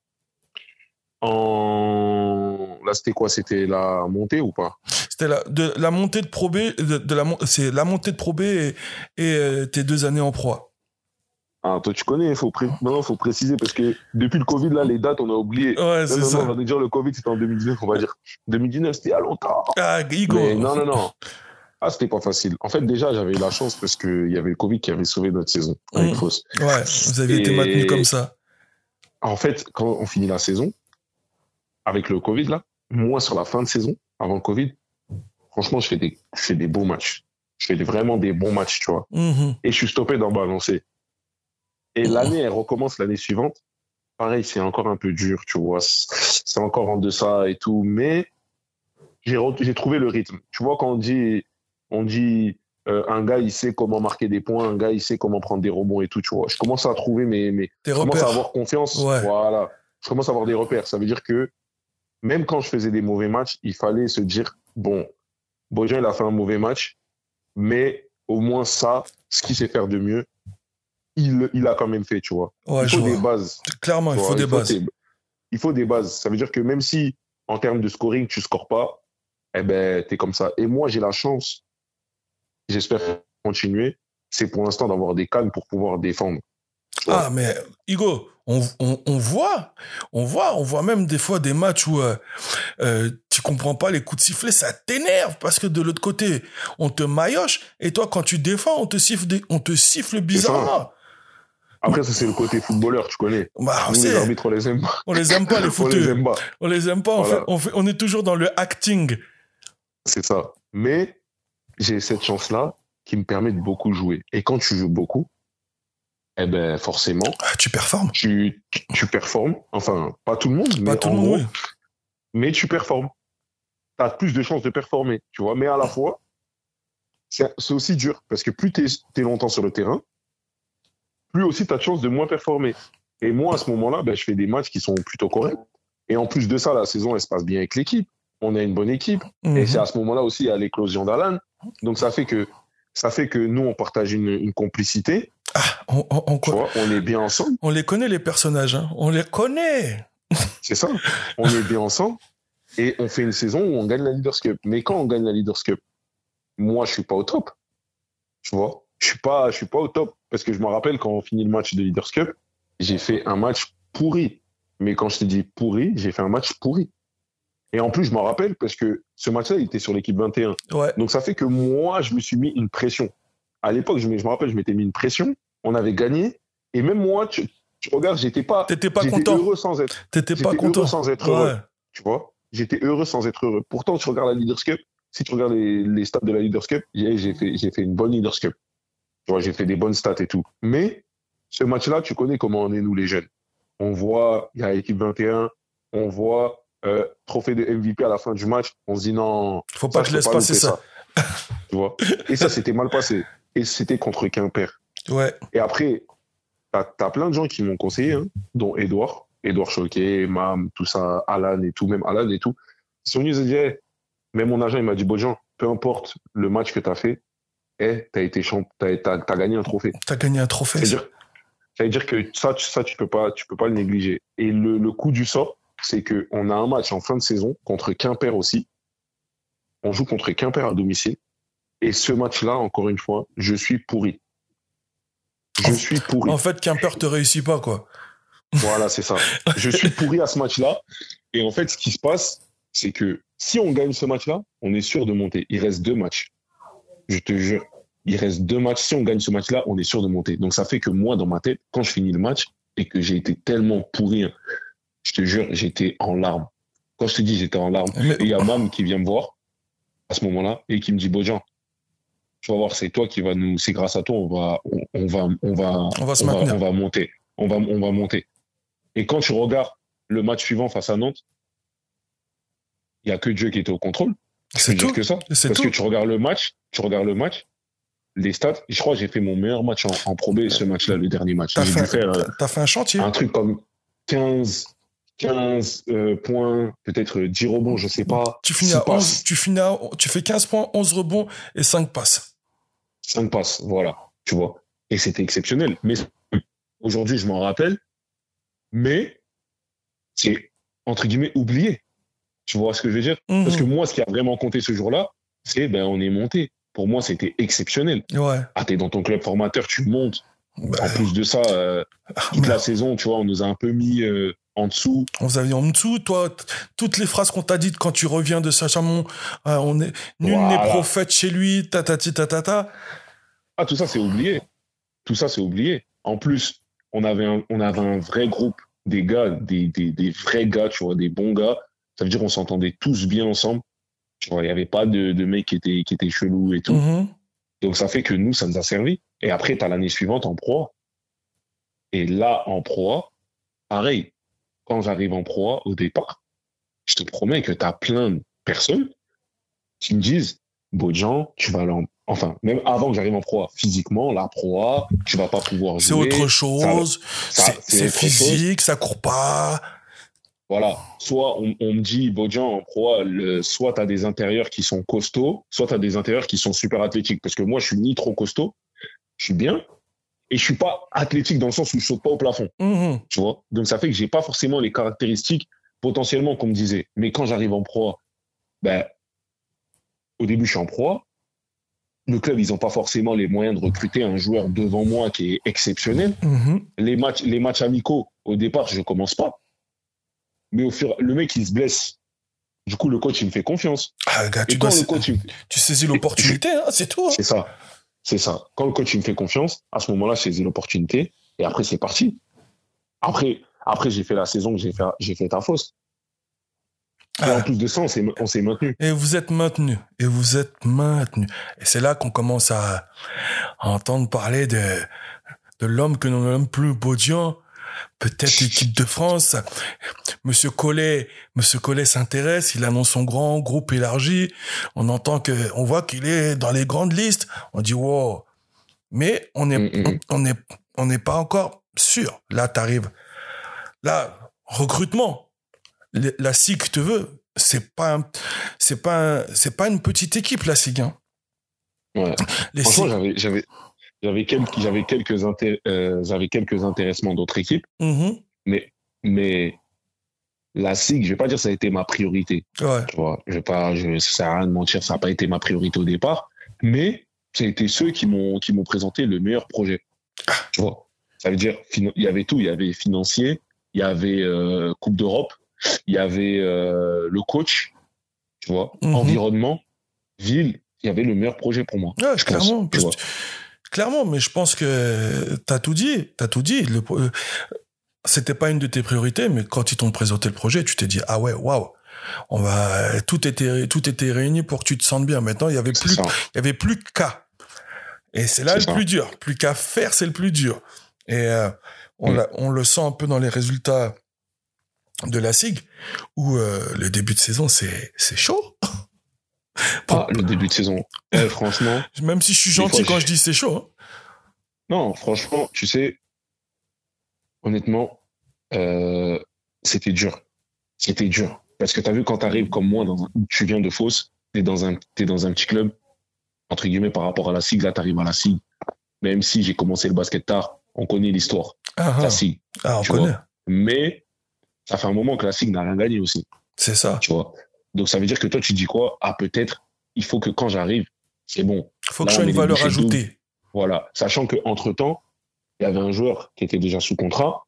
En... Là, c'était quoi? C'était la montée ou pas?
C'était la, de, la montée de Pro B, de, de la, mon- c'est la montée de Pro B et, et euh, tes deux années en proie.
Ah, toi, tu connais, il faut, pré... non, faut préciser parce que depuis le Covid, là, les dates, on a oublié.
Ouais,
Non,
c'est
non,
ça.
non, on va nous dire le Covid, c'était en deux mille dix-neuf, on va dire deux mille dix-neuf, c'était il y a longtemps.
Ah, Hugo.
Mais non, non, non. Ah, c'était pas facile. En fait, déjà, j'avais eu la chance parce qu'il y avait le Covid qui avait sauvé notre saison avec
Mmh.
Fos.
Ouais, vous aviez été
Et-
maintenu comme ça.
En fait, quand on finit la saison, avec le Covid, là, moi, sur la fin de saison, avant le Covid, franchement, je fais des, je fais des beaux matchs. Je fais des- vraiment des bons matchs, tu vois.
Mhm.
Et je suis stoppé d'en balancer. Et l'année, elle recommence l'année suivante. Pareil, c'est encore un peu dur, tu vois. C'est encore en deçà et tout. Mais j'ai, re- j'ai trouvé le rythme. Tu vois, quand on dit, on dit euh, un gars, il sait comment marquer des points, un gars, il sait comment prendre des rebonds et tout, tu vois. Je commence à trouver mes, mes,
Tes
je commence
repères.
à avoir confiance.
Ouais.
Voilà. Je commence à avoir des repères. Ça veut dire que même quand je faisais des mauvais matchs, il fallait se dire, bon, Bodian, il a fait un mauvais match, mais au moins ça, ce qu'il sait faire de mieux, il, il a quand même fait, tu vois.
Ouais,
il
je
faut
vois.
des bases.
Clairement, il
tu
faut
vois.
des
il faut
bases.
tes- il faut des bases. Ça veut dire que même si, en termes de scoring, tu scores pas, eh ben, t'es comme ça. Et moi, j'ai la chance, j'espère continuer, c'est pour l'instant d'avoir des cannes pour pouvoir défendre. Tu vois.
Ah, mais Hugo, on, on, on voit, on voit, on voit même des fois des matchs où euh, euh, tu comprends pas les coups de sifflet, ça t'énerve parce que de l'autre côté, on te maillotche et toi, quand tu défends, on te siffle, des, on te siffle bizarrement.
Après, ça, c'est le côté footballeur, tu connais.
Bah, on
Nous, les
sait,
arbitres, on les aime pas.
on les aime pas les
On les
footeux,
aime pas.
on les aime pas. On,
Voilà.
fait, on, fait, on est toujours dans le acting.
C'est ça. Mais j'ai cette chance-là qui me permet de beaucoup jouer. Et quand tu joues beaucoup, eh ben, forcément,
Ah, tu performes.
tu, tu performes. Enfin, pas tout le monde, mais
Pas tout
en
le monde,
gros,
oui.
mais tu performes. Tu as plus de chances de performer, tu vois. Mais à la fois, c'est c'est aussi dur parce que plus tu es longtemps sur le terrain, plus aussi tu as de chances de moins performer. Et moi, à ce moment-là, ben, je fais des matchs qui sont plutôt corrects. Et en plus de ça, la saison, elle se passe bien avec l'équipe. On a une bonne équipe.
Mhm.
Et c'est à ce moment-là aussi, il y a l'éclosion d'Alan. Donc, ça fait que, ça fait que nous, on partage une, une complicité.
Ah, on, on, on,
Tu vois, on est bien ensemble.
on les connaît, les personnages. Hein. On les connaît.
C'est ça. On est bien ensemble. Et on fait une saison où on gagne la Leaders Cup. Mais quand on gagne la Leaders Cup, moi, je suis pas au top. Tu vois, je suis pas, je suis pas au top. Parce que je me rappelle quand on finit le match de Leaders Cup, j'ai fait un match pourri. Mais quand je te dis pourri, j'ai fait un match pourri. Et en plus, je m'en rappelle parce que ce match-là, il était sur l'équipe vingt et un.
Ouais.
Donc, ça fait que moi, je me suis mis une pression. À l'époque, je me, je me rappelle, je m'étais mis une pression. On avait gagné. Et même moi, tu, tu regardes, j'étais pas,
T'étais pas
j'étais
content.
heureux sans être.
T'étais
J'étais
pas content.
heureux sans être heureux.
Ouais.
Tu vois, j'étais heureux sans être heureux. Pourtant, tu regardes la Leaders Cup. Si tu regardes les, les stats de la Leaders Cup, j'ai, j'ai fait, j'ai fait une bonne Leaders Cup. Tu vois, j'ai fait des bonnes stats et tout. Mais ce match-là, tu connais comment on est, nous, les jeunes. On voit, il y a l'équipe vingt et un, on voit euh, trophée de M V P à la fin du match. On se dit non,
Faut pas
ça,
que
je
je
peux
laisse
pas
passer
louper
ça.
ça. Tu vois. Et ça, c'était mal passé. Et c'était contre Quimper.
Ouais.
Et après, t'as, t'as plein de gens qui m'ont conseillé, hein, dont Edouard, Edouard Choquet, Mam, tout ça, Alan et tout, même Alan et tout. Ils sont venus, ils ont dit, hey, même mon agent, il m'a dit, Bodjan, peu importe le match que t'as fait, hey, t'as été champ, t'as, t'as, t'as gagné un trophée.
T'as gagné un trophée.
C'est-à-dire, ça veut dire que ça, tu- ça, tu peux pas, tu peux pas le négliger. Et le, le coup du sort, c'est que on a un match en fin de saison contre Quimper aussi. On joue contre Quimper à domicile. Et ce match-là, encore une fois, je suis pourri. Je
En-
suis pourri.
En fait, Quimper te réussit pas, quoi.
Voilà, c'est ça. Je suis pourri à ce match-là. Et en fait, ce qui se passe, c'est que si on gagne ce match-là, on est sûr de monter. Il reste deux matchs. Je te jure. Il reste deux matchs. Si on gagne ce match-là, on est sûr de monter. Donc, ça fait que moi, dans ma tête, quand je finis le match et que j'ai été tellement pourri, hein, je te jure, j'étais en larmes. Quand je te dis j'étais en larmes,
Mais-
et il y a Mam qui vient me voir à ce moment-là et qui me dit, Bodjan, tu vas voir, c'est toi qui va nous, c'est grâce à toi, on va, on, on va, on va,
On va se
on va,
maintenir.
on va monter. On va, on va monter. Et quand tu regardes le match suivant face à Nantes, il y a que Dieu qui était au contrôle.
C'est
Je veux dire
tout.
que ça.
C'est
Parce
tout.
que tu regardes le match, tu regardes le match, les stats, je crois que j'ai fait mon meilleur match en, en Pro B, ce match-là, le dernier match.
T'as
J'ai
fait,
dû faire euh,
t'as- t'as fait un chantier.
un truc comme quinze, quinze euh, points, peut-être dix rebonds, je sais pas.
Tu finis
six
à
passes,
onze, tu finis à, tu fais quinze points, onze rebonds et cinq passes.
cinq passes, voilà, tu vois. Et c'était exceptionnel. Mais aujourd'hui, je m'en rappelle, mais c'est, entre guillemets, oublié. Tu vois ce que je veux dire?
Mhm.
Parce que moi, ce qui a vraiment compté ce jour-là, c'est, ben, on est monté. Pour moi, c'était exceptionnel.
Ouais.
Ah, t'es dans ton club formateur, tu montes.
Bah,
En plus de ça, euh, toute
mais
la saison, tu vois, on nous a un peu mis euh, en dessous.
on vous a mis en dessous, toi, t- toutes les phrases qu'on t'a dites quand tu reviens de Saint-Chamond, euh, on est, nul
Voilà.
n'est prophète chez lui, tatati tatata.
Ah, tout ça, c'est oublié. Tout ça, c'est oublié. En plus, on avait un, on avait un vrai groupe, des gars, des, des, des vrais gars, tu vois, des bons gars. Ça veut dire qu'on s'entendait tous bien ensemble. Tu vois, il n'y avait pas de, de mecs qui étaient, qui étaient chelous et tout.
Mhm.
Donc, ça fait que nous, ça nous a servi. Et après, tu as l'année suivante en Pro A. Et là, en Pro A, pareil. Quand j'arrive en Pro A, au départ, je te promets que tu as plein de personnes qui me disent, Bodjan, tu vas aller en... Enfin, même avant que j'arrive en Pro A, physiquement, la Pro A, tu vas pas pouvoir
C'est
jouer.
autre chose,
ça-
c'est
c'est
c'est
autre chose.
physique, ça court pas.
Voilà. Soit on, on me dit, Bodjan, en Pro A, le- soit tu as des intérieurs qui sont costauds, soit tu as des intérieurs qui sont super athlétiques. Parce que moi, je suis ni trop costaud, je suis bien, et je suis pas athlétique dans le sens où je saute pas au plafond.
Mmh.
Tu vois. Donc, ça fait que j'ai pas forcément les caractéristiques potentiellement qu'on me disait. Mais quand j'arrive en Pro A, ben, au début, je suis en Pro A. Le club, ils ont pas forcément les moyens de recruter un joueur devant moi qui est exceptionnel.
Mmh.
Les matchs, les matchs amicaux, au départ, je commence pas. Mais au fur, le mec, il se blesse. Du coup, le coach, il me fait confiance.
Ah, gars,
Et
tu,
quand
dois,
le coach, il me-
tu saisis l'opportunité, hein, c'est tout. Hein.
c'est ça. C'est ça. Quand le coach, il me fait confiance, à ce moment-là, je saisis l'opportunité. Et après, c'est parti. Après, après j'ai fait la saison que j'ai fait, j'ai fait à Fos. Et
Ah.
en plus de ça, on s'est, on s'est maintenu.
Et vous êtes maintenu. Et vous êtes maintenu. Et c'est là qu'on commence à, à entendre parler de, de l'homme que nous nommons plus Bodian. Peut-être équipe de France. Monsieur Collet, Monsieur Collet s'intéresse. Il annonce son grand groupe élargi. On entend que, on voit qu'il est dans les grandes listes. On dit wow. Mais on est,
Mm-mm.
on est, on n'est pas encore sûr. Là, t'arrives. Là, recrutement. Le- La S I G te veut. C'est pas, un- c'est pas, un- c'est pas une petite équipe, la S I G. Hein.
Ouais.
Les
Franchement,
S I G.
j'avais, j'avais, j'avais quelques, j'avais quelques, inté- euh, j'avais quelques intéressements d'autres équipes.
Mhm.
Mais, mais la S I G, je vais pas dire que ça a été ma priorité.
Ouais.
Tu vois, je vais pas, je, ça sert à rien de mentir, ça n'a pas été ma priorité au départ. Mais ça a été ceux qui m'ont, qui m'ont présenté le meilleur projet. Tu vois, ça veut dire, fin- il y avait tout. Il y avait financier, il y avait euh, Coupe d'Europe, il y avait euh, le coach, tu vois,
Mhm.
environnement, ville. Il y avait le meilleur projet pour moi.
Ouais,
je
clairement.
pense, tu
parce-
vois.
Clairement, mais je pense que t'as tout dit. T'as tout dit. Le, euh, c'était pas une de tes priorités, mais quand ils t'ont présenté le projet, tu t'es dit ah ouais, waouh. On va, tout était, tout était réuni pour que tu te sentes bien. Maintenant, il y avait
C'est
plus,
ça.
il y avait plus qu'à. Et c'est là
C'est
le
ça.
plus dur. Plus qu'à faire, c'est le plus dur. Et euh, on,
Mm.
l'a- on le sent un peu dans les résultats de la S I G, où euh, le début de saison, c'est, c'est chaud.
Ah, le début de saison. Ouais, franchement.
Même si je suis
Des
gentil
fois,
quand
je-
je dis c'est chaud. Hein.
Non, franchement, tu sais, honnêtement, euh, c'était dur. C'était dur. Parce que tu as vu, quand tu arrives comme moi, dans un- tu viens de Fos, tu es dans un, t'es dans un petit club, entre guillemets, par rapport à la S I G, là, tu arrives à la S I G. Même si j'ai commencé le basket tard, on connaît l'histoire.
Ah,
La
ah.
S I G,
Ah, on
tu
connaît.
vois. Mais ça fait un moment que la S I G n'a rien gagné aussi,
C'est ça.
tu vois. Donc ça veut dire que toi, tu dis quoi? Ah, peut-être, il faut que quand j'arrive, c'est bon.
Faut que
Là,
je sois
on
une
met les
valeur
bouchées doubles.
ajoutée.
Voilà. Sachant qu'entre temps, il y avait un joueur qui était déjà sous contrat,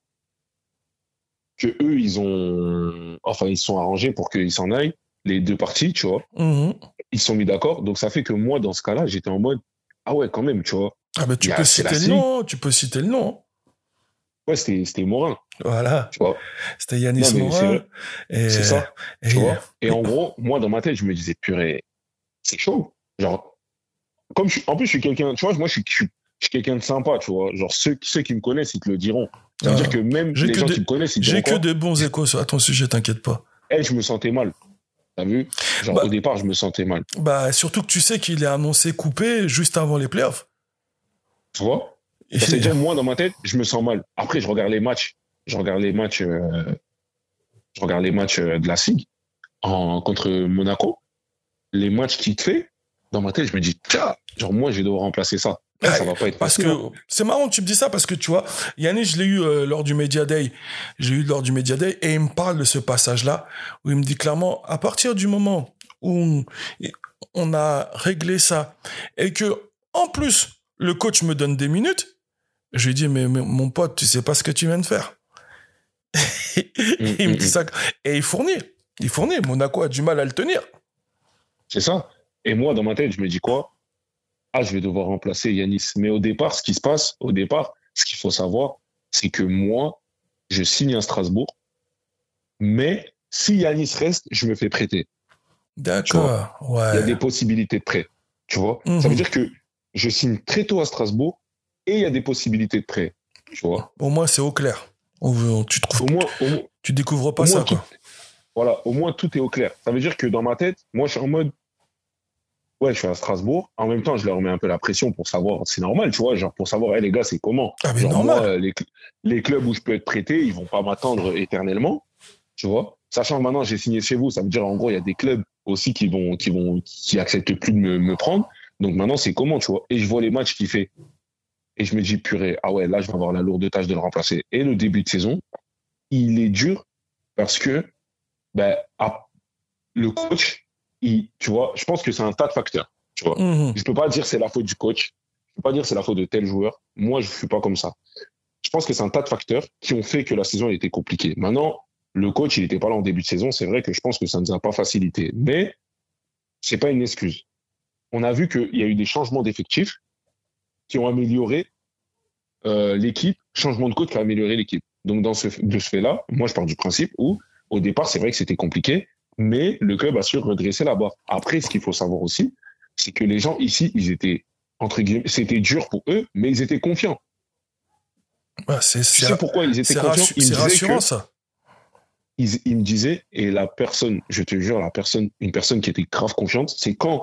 que eux, ils ont, enfin, ils se sont arrangés pour qu'ils s'en aillent, les deux parties, tu vois.
Mhm.
Ils se sont mis d'accord. Donc, ça fait que moi, dans ce cas-là, j'étais en mode, ah ouais, quand même, tu vois.
Ah, ben, tu
Il y a-
peux
c'est la
citer le
S I G.
nom. Tu peux citer le nom.
Ouais, c'était, c'était Morin,
Voilà.
tu vois.
C'était Yanis
Non, mais c'est
Morin.
vrai.
Et,
C'est ça,
et-
tu vois. Et en gros, moi, dans ma tête, je me disais, purée, c'est chaud. Genre, comme je suis, en plus, je suis quelqu'un, tu vois, moi, je suis, je suis, je suis quelqu'un de sympa, tu vois. Genre, ceux, ceux qui me connaissent, ils te le diront. Ça veut
Ah.
dire que même
J'ai
les
que
gens
des-
qui me connaissent, ils
J'ai
diront
que
quoi.
de bons échos à ton sujet, t'inquiète pas.
Eh, je me sentais mal. T'as vu? Genre,
Bah-
au départ, je me sentais mal.
Bah, surtout que tu sais qu'il est annoncé coupé juste avant les playoffs.
Tu vois?
Et-
Ça veut dire, moi, dans ma tête, je me sens mal. Après, je regarde les matchs. Je regarde les matchs, euh, je regarde les matchs euh, de la S I G en, contre Monaco. Les matchs qu'il te fait, dans ma tête, je me dis, tiens, genre, moi, je vais devoir remplacer ça. Eh,
Ouais,
ça va pas être
Parce
facile.
que
hein.
c'est marrant que tu me dis ça parce que tu vois, Yannick, je l'ai eu euh, lors du Media Day. J'ai eu lors du Media Day et il me parle de ce passage-là où il me dit clairement, à partir du moment où on, on a réglé ça et que, en plus, le coach me donne des minutes, je lui dis, mais, mais mon pote, tu sais pas ce que tu viens de faire. il me dit ça. Et il fournit. Il fournit. Monaco a du mal à le tenir.
C'est ça. Et moi, dans ma tête, je me dis quoi? Ah, je vais devoir remplacer Yanis. Mais au départ, ce qui se passe, au départ, ce qu'il faut savoir, c'est que moi, je signe à Strasbourg, mais si Yanis reste, je me fais prêter.
D'accord.
Il y a
Ouais.
des possibilités de prêt. Tu vois?
Mhm.
Ça veut dire que je signe très tôt à Strasbourg et il y a des possibilités de prêt. Tu vois?
Au moins, c'est au clair. On veut- tu trouves,
Au moins, au moins,
tu découvres pas
au
ça,
moins,
quoi.
tout, voilà, au moins tout est au clair. Ça veut dire que dans ma tête, moi, je suis en mode, ouais, je suis à Strasbourg. En même temps, je leur mets un peu la pression pour savoir, c'est normal, tu vois, genre pour savoir, hey, les gars, c'est comment.
Ah, mais
Genre,
normal.
moi, les, cl- les clubs où je peux être prêté, ils vont pas m'attendre éternellement, tu vois. Sachant que maintenant, j'ai signé chez vous, ça veut dire, en gros, il y a des clubs aussi qui vont, qui vont, qui acceptent plus de me, me prendre. Donc maintenant, c'est comment, tu vois. Et je vois les matchs qu'il fait. et je me dis, purée, ah ouais, là, je vais avoir la lourde tâche de le remplacer. Et le début de saison, il est dur parce que ben, ah, le coach, il, tu vois, je pense que c'est un tas de facteurs. Tu vois.
Mmh.
Je peux pas dire c'est la faute du coach. Je peux pas dire c'est la faute de tel joueur. Moi, je suis pas comme ça. Je pense que c'est un tas de facteurs qui ont fait que la saison a été compliquée. Maintenant, le coach, il était pas là en début de saison. C'est vrai que je pense que ça ne nous a pas facilité. Mais c'est pas une excuse. On a vu qu'il y a eu des changements d'effectifs qui ont amélioré euh, l'équipe. Changement de coach qui a amélioré l'équipe. Donc, dans ce, de ce fait-là, moi, je pars du principe où, au départ, c'est vrai que c'était compliqué, mais le club a su redresser la barre. Après, ce qu'il faut savoir aussi, c'est que les gens ici, ils étaient, entre guillemets, c'était dur pour eux, mais ils étaient confiants.
Ouais, c'est,
tu sais pourquoi ils étaient confiants?
rassu- C'est rassurant, que, ça.
Ils, ils me disaient, et la personne, je te jure, la personne, une personne qui était grave confiante, c'est quand,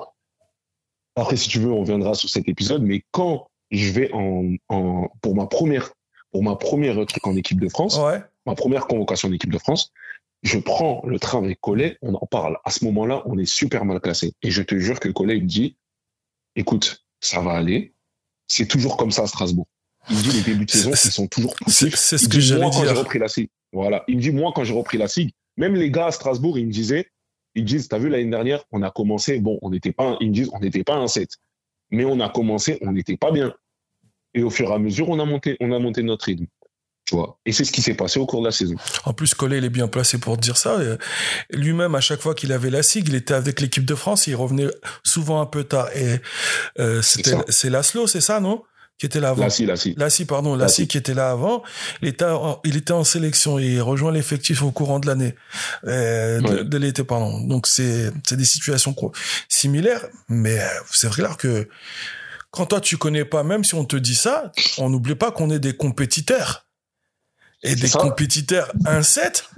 après, si tu veux, on viendra sur cet épisode, mais quand je vais en, en pour ma première, pour ma première truc en équipe de France,
ouais.
ma première convocation en équipe de France, je prends le train avec Collet, on en parle. À ce moment-là, on est super mal classé. Et je te jure que Collet, il me dit, écoute, ça va aller. C'est toujours comme ça à Strasbourg. Il me dit, les débuts de saison,
c'est,
ils sont toujours
poussifs. C'est, c'est ce que j'allais
moi,
dire.
Quand j'ai repris la SIG, voilà. Il me dit, moi, quand j'ai repris la SIG, même les gars à Strasbourg, ils me disaient, ils disent, t'as vu, l'année dernière, on a commencé, bon, on n'était pas, ils me disent, on n'était pas un sept. Mais on a commencé, on n'était pas bien. Et au fur et à mesure, on a monté, on a monté notre rythme. Tu vois. Et c'est ce qui s'est passé au cours de la saison.
En plus, Collet, il est bien placé pour dire ça. Lui-même, à chaque fois qu'il avait la SIG, il était avec l'équipe de France et il revenait souvent un peu tard. Et euh, c'était, c'est, c'est Laszlo, c'est ça, non? Qui était là avant.
Lassi, Lassi.
Lassi, pardon. Lassi qui était là avant. Il était en, il était en sélection et il rejoint l'effectif au courant de l'année. Euh, ouais. de, de l'été, pardon. Donc, c'est, c'est des situations similaires. Mais c'est vrai que quand toi, tu connais pas, même si on te dit ça, on n'oublie pas qu'on est des compétiteurs. Et des ça. compétiteurs un sept,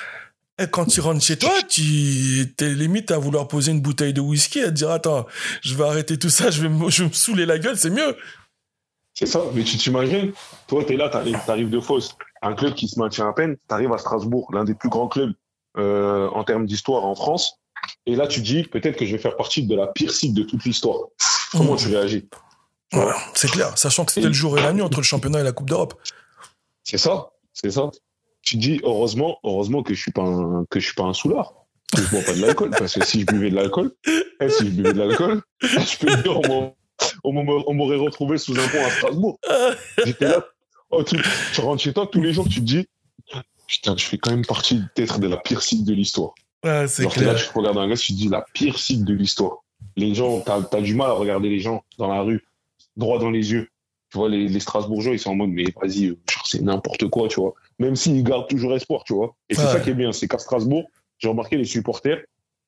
et quand tu rentres chez toi, tu t'es limite à vouloir poser une bouteille de whisky et te dire attends, je vais arrêter tout ça, je vais me, je vais me saouler la gueule, c'est mieux.
C'est ça, mais tu t'imagines, toi t'es là, t'arrives, t'arrives de Fos, un club qui se maintient à peine, t'arrives à Strasbourg, l'un des plus grands clubs euh, en termes d'histoire en France, et là tu te dis peut-être que je vais faire partie de la pire cible de toute l'histoire. Comment mmh. tu réagis?
Ouais, c'est clair, sachant que c'était et... le jour et la nuit entre le championnat et la Coupe d'Europe.
C'est ça. C'est ça. Tu te dis, heureusement, heureusement que je suis pas un, que je suis pas un soulard. Que je bois pas de l'alcool. Parce que si je buvais de l'alcool, eh, si je buvais de l'alcool, je peux te dire, on, on, on m'aurait retrouvé sous un pont à Strasbourg. J'étais là. Oh, tu, tu rentres chez toi tous les jours, tu te dis, putain, je fais quand même partie peut-être de la pire site de l'histoire.
Ah, c'est
Alors
clair.
Là, tu regardes un gars, tu te dis, la pire site de l'histoire. Les gens, t'as, t'as du mal à regarder les gens dans la rue, droit dans les yeux. Tu vois, les, les Strasbourgeois, ils sont en mode, mais vas-y, genre, c'est n'importe quoi, tu vois. Même s'ils gardent toujours espoir, tu vois. Et c'est ouais. ça qui est bien, c'est qu'à Strasbourg, j'ai remarqué les supporters,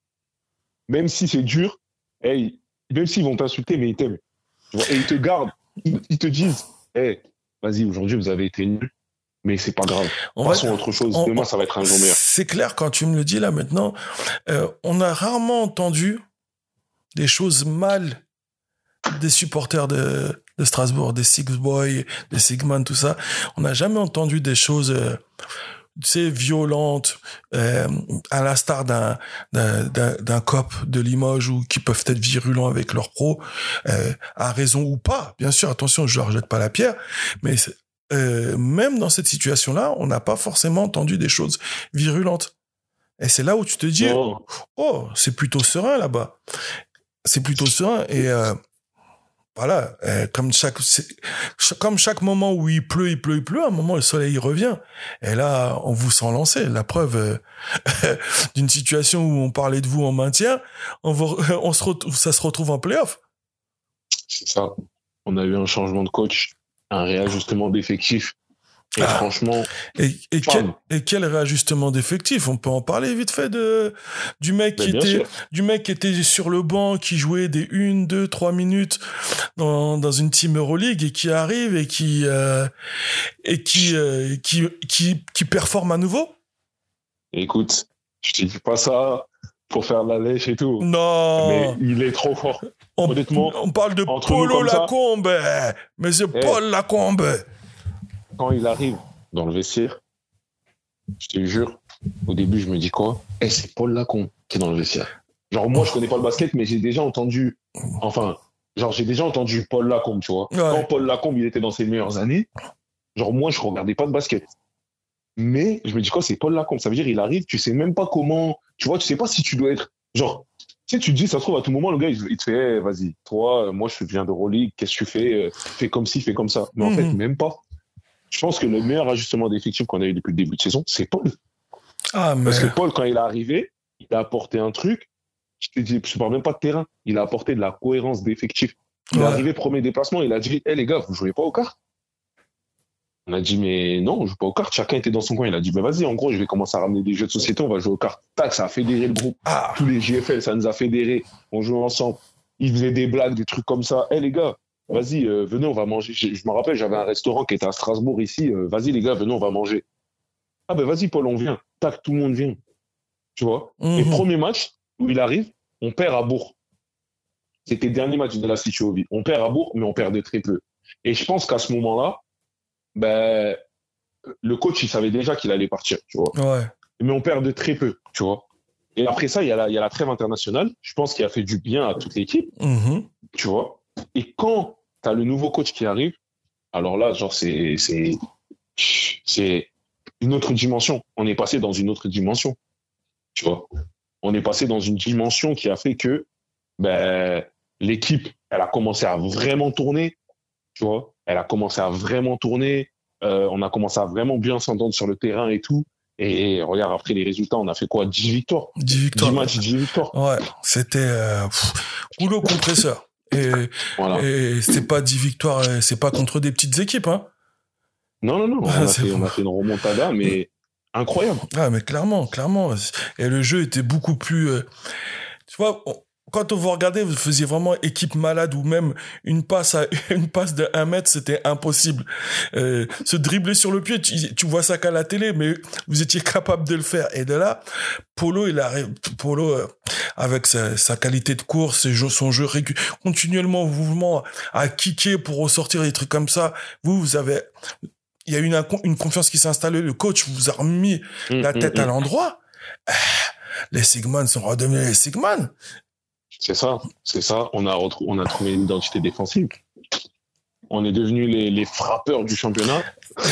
même si c'est dur, hey, même s'ils vont t'insulter, mais ils t'aiment. Tu vois, et ils te gardent. Ils, ils te disent, hey, vas-y, aujourd'hui, vous avez été nuls, mais c'est pas grave. On Passons va... à autre chose. On... Demain, ça va être un jour meilleur.
C'est clair, quand tu me le dis là maintenant, euh, on a rarement entendu des choses mal des supporters de, de Strasbourg, des Six Boys, des Sigman, tout ça. On n'a jamais entendu des choses, euh, tu sais, violentes, euh, à l'instar d'un, d'un, d'un, d'un cop de Limoges ou qui peuvent être virulents avec leurs pros, euh, à raison ou pas. Bien sûr, attention, je leur jette pas la pierre, mais euh, même dans cette situation-là, on n'a pas forcément entendu des choses virulentes. Et c'est là où tu te dis, oh, oh c'est plutôt serein là-bas. C'est plutôt serein et euh, voilà, euh, comme chaque comme chaque moment où il pleut, il pleut, il pleut, à un moment le soleil il revient. Et là, on vous sent lancer. La preuve euh, d'une situation où on parlait de vous en maintien, on, vous, on se retrouve, ça se retrouve en play-off.
C'est ça. On a eu un changement de coach, un réajustement d'effectifs. Et ah. franchement,
et, et, quel, et quel réajustement d'effectifs? On peut en parler vite fait de du mec qui était sûr. du mec qui était sur le banc, qui jouait des une, deux, trois minutes dans dans une team Euroleague et qui arrive et qui euh, et qui, euh, qui qui qui performe à nouveau.
Écoute, je te dis pas ça pour faire de la lèche et tout.
Non.
Mais il est trop fort.
On,
Honnêtement.
On parle de Polo Lacombe, ça, mais c'est hey. Paul Lacombe.
Quand il arrive dans le vestiaire, je te jure, au début, je me dis quoi? Eh, c'est Paul Lacombe qui est dans le vestiaire. Genre, moi, je connais pas le basket, mais j'ai déjà entendu, enfin, genre, j'ai déjà entendu Paul Lacombe, tu vois.
Ouais.
Quand Paul Lacombe, il était dans ses meilleures années, genre, moi, je regardais pas de basket. Mais je me dis quoi, c'est Paul Lacombe. Ça veut dire, il arrive, tu sais même pas comment, tu vois, tu sais pas si tu dois être, genre, tu sais, tu te dis, ça se trouve, à tout moment, le gars, il, il te fait, hey, vas-y, toi, euh, moi, je viens de Euroleague, qu'est-ce que tu fais? Euh, Fais comme ci, fais comme ça. Mais en
Mhm.
fait, même pas. Je pense que le meilleur ajustement d'effectifs qu'on a eu depuis le début de saison, c'est Paul.
Ah, mais.
Parce que Paul, quand il est arrivé, il a apporté un truc, je te dis, je parle même pas de terrain, il a apporté de la cohérence d'effectifs. Il est
Ouais.
arrivé, premier déplacement, il a dit, hé les gars, vous jouez pas aux cartes? On a dit, mais non, on joue pas aux cartes. Chacun était dans son coin. Il a dit, bah vas-y, en gros, je vais commencer à ramener des jeux de société, on va jouer aux cartes. Tac, ça a fédéré le groupe.
Ah,
Tous les J F L, ça nous a fédérés. On jouait ensemble. Ils faisaient des blagues, des trucs comme ça. Hé les gars, vas-y, euh, venez, on va manger. Je, je me rappelle, j'avais un restaurant qui était à Strasbourg ici. Euh, vas-y les gars, venez, on va manger. Ah ben vas-y, Paul, on vient. Tac, tout le monde vient. Tu vois?
mhm.
Et premier match où il arrive, on perd à Bourg. C'était le dernier match de la City. On perd à Bourg, mais on perd de très peu. Et je pense qu'à ce moment-là, ben, le coach, il savait déjà qu'il allait partir, tu vois.
Ouais.
Mais on perd de très peu, tu vois. Et après ça, il y a la, il y a la trêve internationale, je pense qu'il a fait du bien à toute l'équipe,
Mhm.
tu vois. Et quand tu as le nouveau coach qui arrive, alors là, genre, c'est, c'est, c'est une autre dimension. On est passé dans une autre dimension, tu vois. On est passé dans une dimension qui a fait que ben, l'équipe, elle a commencé à vraiment tourner, tu vois. Elle a commencé à vraiment tourner. Euh, on a commencé à vraiment bien s'entendre sur le terrain et tout. Et, et regarde, après les résultats, on a fait quoi? dix victoires.
dix victoires.
dix matchs, dix victoires.
Ouais, c'était euh, pff, rouleau compresseur. Et,
Voilà.
et c'était pas dix victoires, euh, c'est pas contre des petites équipes, hein.
Non, non, non. On,
Ah,
a
c'est
fait,
bon.
on a fait une remontada, mais incroyable.
Ah, mais clairement, clairement. Et le jeu était beaucoup plus. euh, tu vois, on- quand vous regardez, vous faisiez vraiment équipe malade ou même une passe à une passe de un mètre, c'était impossible. Euh, se dribbler sur le pied, tu, tu vois ça qu'à la télé, mais vous étiez capable de le faire. Et de là, Polo, il arrive, Polo, euh, avec sa, sa qualité de course, ses jeux, son jeu régu- continuellement, mouvement à kicker pour ressortir des trucs comme ça. Vous, vous avez, il y a eu une, une confiance qui s'est installée. Le coach vous a remis la tête à l'endroit. Ah, les Sigman sont redevenus les Sigman.
C'est ça, c'est ça. On a, retrou- on a trouvé une identité défensive. On est devenus les, les frappeurs du championnat.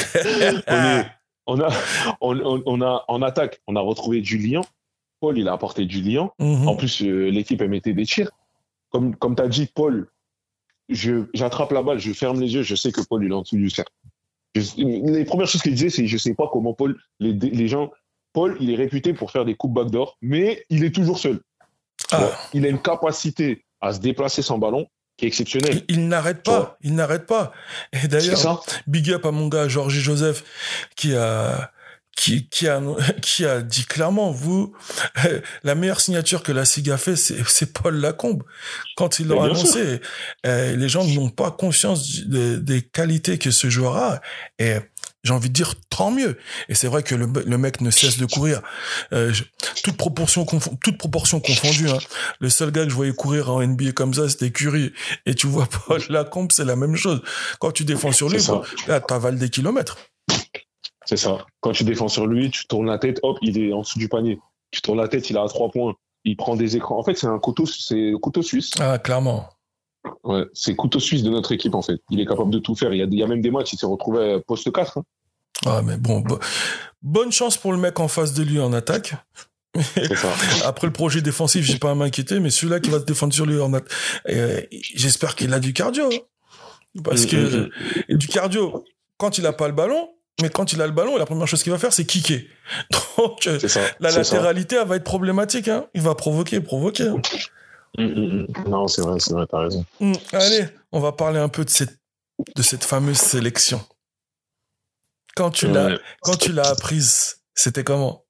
on, est, on, a, on, on, on a, en attaque, on a retrouvé du liant. Paul, il a apporté du liant.
Mhm.
En plus, euh, l'équipe, elle mettait des tirs. Comme, comme tu as dit, Paul, je, j'attrape la balle, je ferme les yeux, je sais que Paul, il est en dessous du cercle. Je- les premières choses qu'il disait, c'est je sais pas comment Paul, les, les gens, Paul, il est réputé pour faire des coups backdoor, mais il est toujours seul. Tu
Ah.
vois, il a une capacité à se déplacer sans ballon qui est exceptionnelle.
Il, il n'arrête
Tu
pas,
vois.
il n'arrête pas. Et
C'est
d'ailleurs,
ça.
big up à mon gars Georgie Joseph qui a qui qui a qui a dit clairement, vous la meilleure signature que la S I G a fait, c'est c'est Paul Lacombe. Quand ils l'ont
Mais bien
annoncé, euh, les gens n'ont pas conscience du- de- des qualités que ce joueur a. Et j'ai envie de dire tant mieux. Et c'est vrai que le, le mec ne cesse de courir. Euh, je- toute proportion confo- toute proportion confondue. Hein. Le seul gars que je voyais courir en N B A comme ça, c'était Curry. Et tu vois Paul Lacombe, c'est la même chose. Quand tu défends sur lui,
C'est ça.
bon, là, t'avales des kilomètres.
C'est ça. Quand tu défends sur lui, tu tournes la tête, hop, il est en dessous du panier. Tu tournes la tête, il est à trois points. Il prend des écrans. En fait, c'est un couteau, c'est couteau suisse.
Ah, clairement.
Ouais, c'est couteau suisse de notre équipe, en fait. Il est capable de tout faire. Il y a, il y a même des matchs, il s'est retrouvé à poste quatre. Hein.
Ah, mais bon, bo- bonne chance pour le mec en face de lui en attaque.
C'est ça.
Après le projet défensif, j'ai pas à m'inquiéter, mais celui-là qui va se défendre sur lui en attaque, euh, j'espère qu'il a du cardio. hein. Parce que
Mm, mm,
euh, du cardio, quand il a pas le ballon, mais quand il a le ballon, la première chose qu'il va faire, c'est kicker. Donc, euh,
C'est ça.
la
c'est ça.
latéralité, elle va être problématique. Hein. Il va provoquer, provoquer. hein.
Mm, mm, mm. Non, c'est vrai, c'est vrai, t'as raison.
Hum, allez, on va parler un peu de cette, de cette fameuse sélection. Quand tu l'as,
Ouais.
quand tu l'as apprise, c'était comment?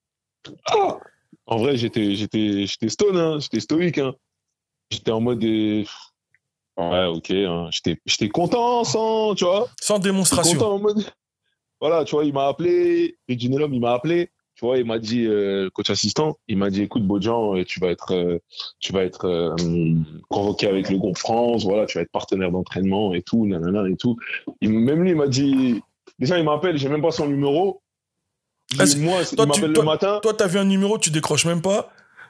Ah en vrai, j'étais, j'étais, j'étais stone, hein. J'étais stoïque. Hein. J'étais en mode. euh, Ouais, ok. Hein. J'étais, j'étais content sans, tu vois.
Sans
J'étais
démonstration.
content en mode. Voilà, tu vois, il m'a appelé. Reggie Nelom, il m'a appelé. Tu vois, il m'a dit, euh, coach assistant, il m'a dit, écoute, Bodjan, euh, tu vas être, euh, tu vas être euh, convoqué avec le groupe France. Voilà, tu vas être partenaire d'entraînement et tout, nanana et tout. Il, même lui, il m'a dit. Déjà, il m'appelle, j'ai même pas son numéro.
Ah,
J'ai-
c'est-
moi,
toi,
il
tu-
m'appelle
toi-
le matin.
Toi, t'as vu un numéro, tu décroches même pas.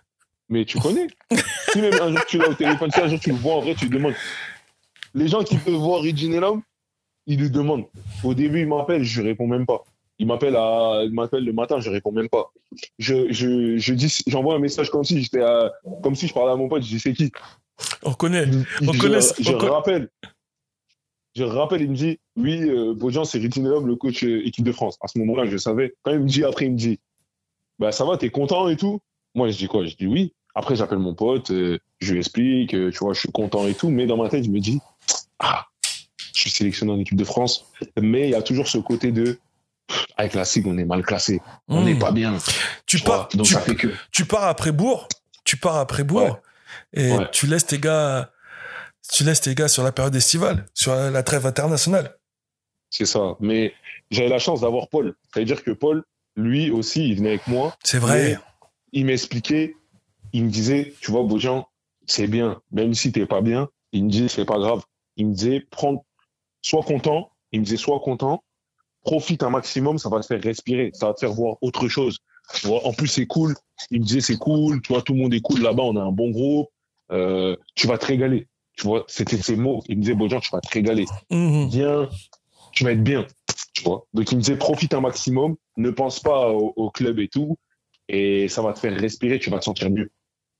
Mais tu connais. Si même un jour tu l'as au téléphone, si un jour tu le vois en vrai, tu lui demandes. Les gens qui peuvent voir Reginald, ils lui demandent. Au début, il m'appelle, je réponds même pas. Il m'appelle à, il m'appelle le matin, je réponds même pas. Je, je, je dis, j'envoie un message comme si j'étais à, comme si je parlais à mon pote, je dis c'est qui?
On connaît.
Il,
on
je,
connaît.
Je,
on
rappelle. Je rappelle, il me dit, oui, euh, Bojan, c'est Reginald, le coach euh, équipe de France. À ce moment-là, je savais. Quand il me dit, après, il me dit, bah, ça va, t'es content et tout? Moi, je dis quoi? Je dis oui. Après, j'appelle mon pote, euh, je lui explique, euh, tu vois, je suis content et tout. Mais dans ma tête, je me dis, ah, je suis sélectionné en équipe de France. Mais il y a toujours ce côté de, avec la SIG, on est mal classé. On n'est mmh. pas bien.
Tu, tu pars,
donc
tu,
ça fait que...
tu pars après Bourg, tu pars après Bourg, ouais. et ouais. tu laisses tes gars, tu laisses tes gars sur la période estivale, sur la trêve internationale.
C'est ça. Mais j'avais la chance d'avoir Paul. C'est-à-dire que Paul, lui aussi, il venait avec moi.
C'est vrai.
Il m'expliquait, il me disait, tu vois, Bojan, c'est bien. Même si t'es pas bien, il me dit, c'est pas grave. Il me disait, prends, sois content. Il me disait, sois content. Profite un maximum, ça va te faire respirer. Ça va te faire voir autre chose. Tu vois, en plus, c'est cool. Il me disait, c'est cool. Tu vois, tout le monde est cool là-bas. On a un bon groupe. Euh, tu vas te régaler. Tu vois, c'était ses mots. Il me disait, Bojan, tu vas te régaler.
Mmh.
Viens, tu vas être bien. Tu vois. Donc, il me disait, profite un maximum. Ne pense pas au, au club et tout. Et ça va te faire respirer, tu vas te sentir mieux.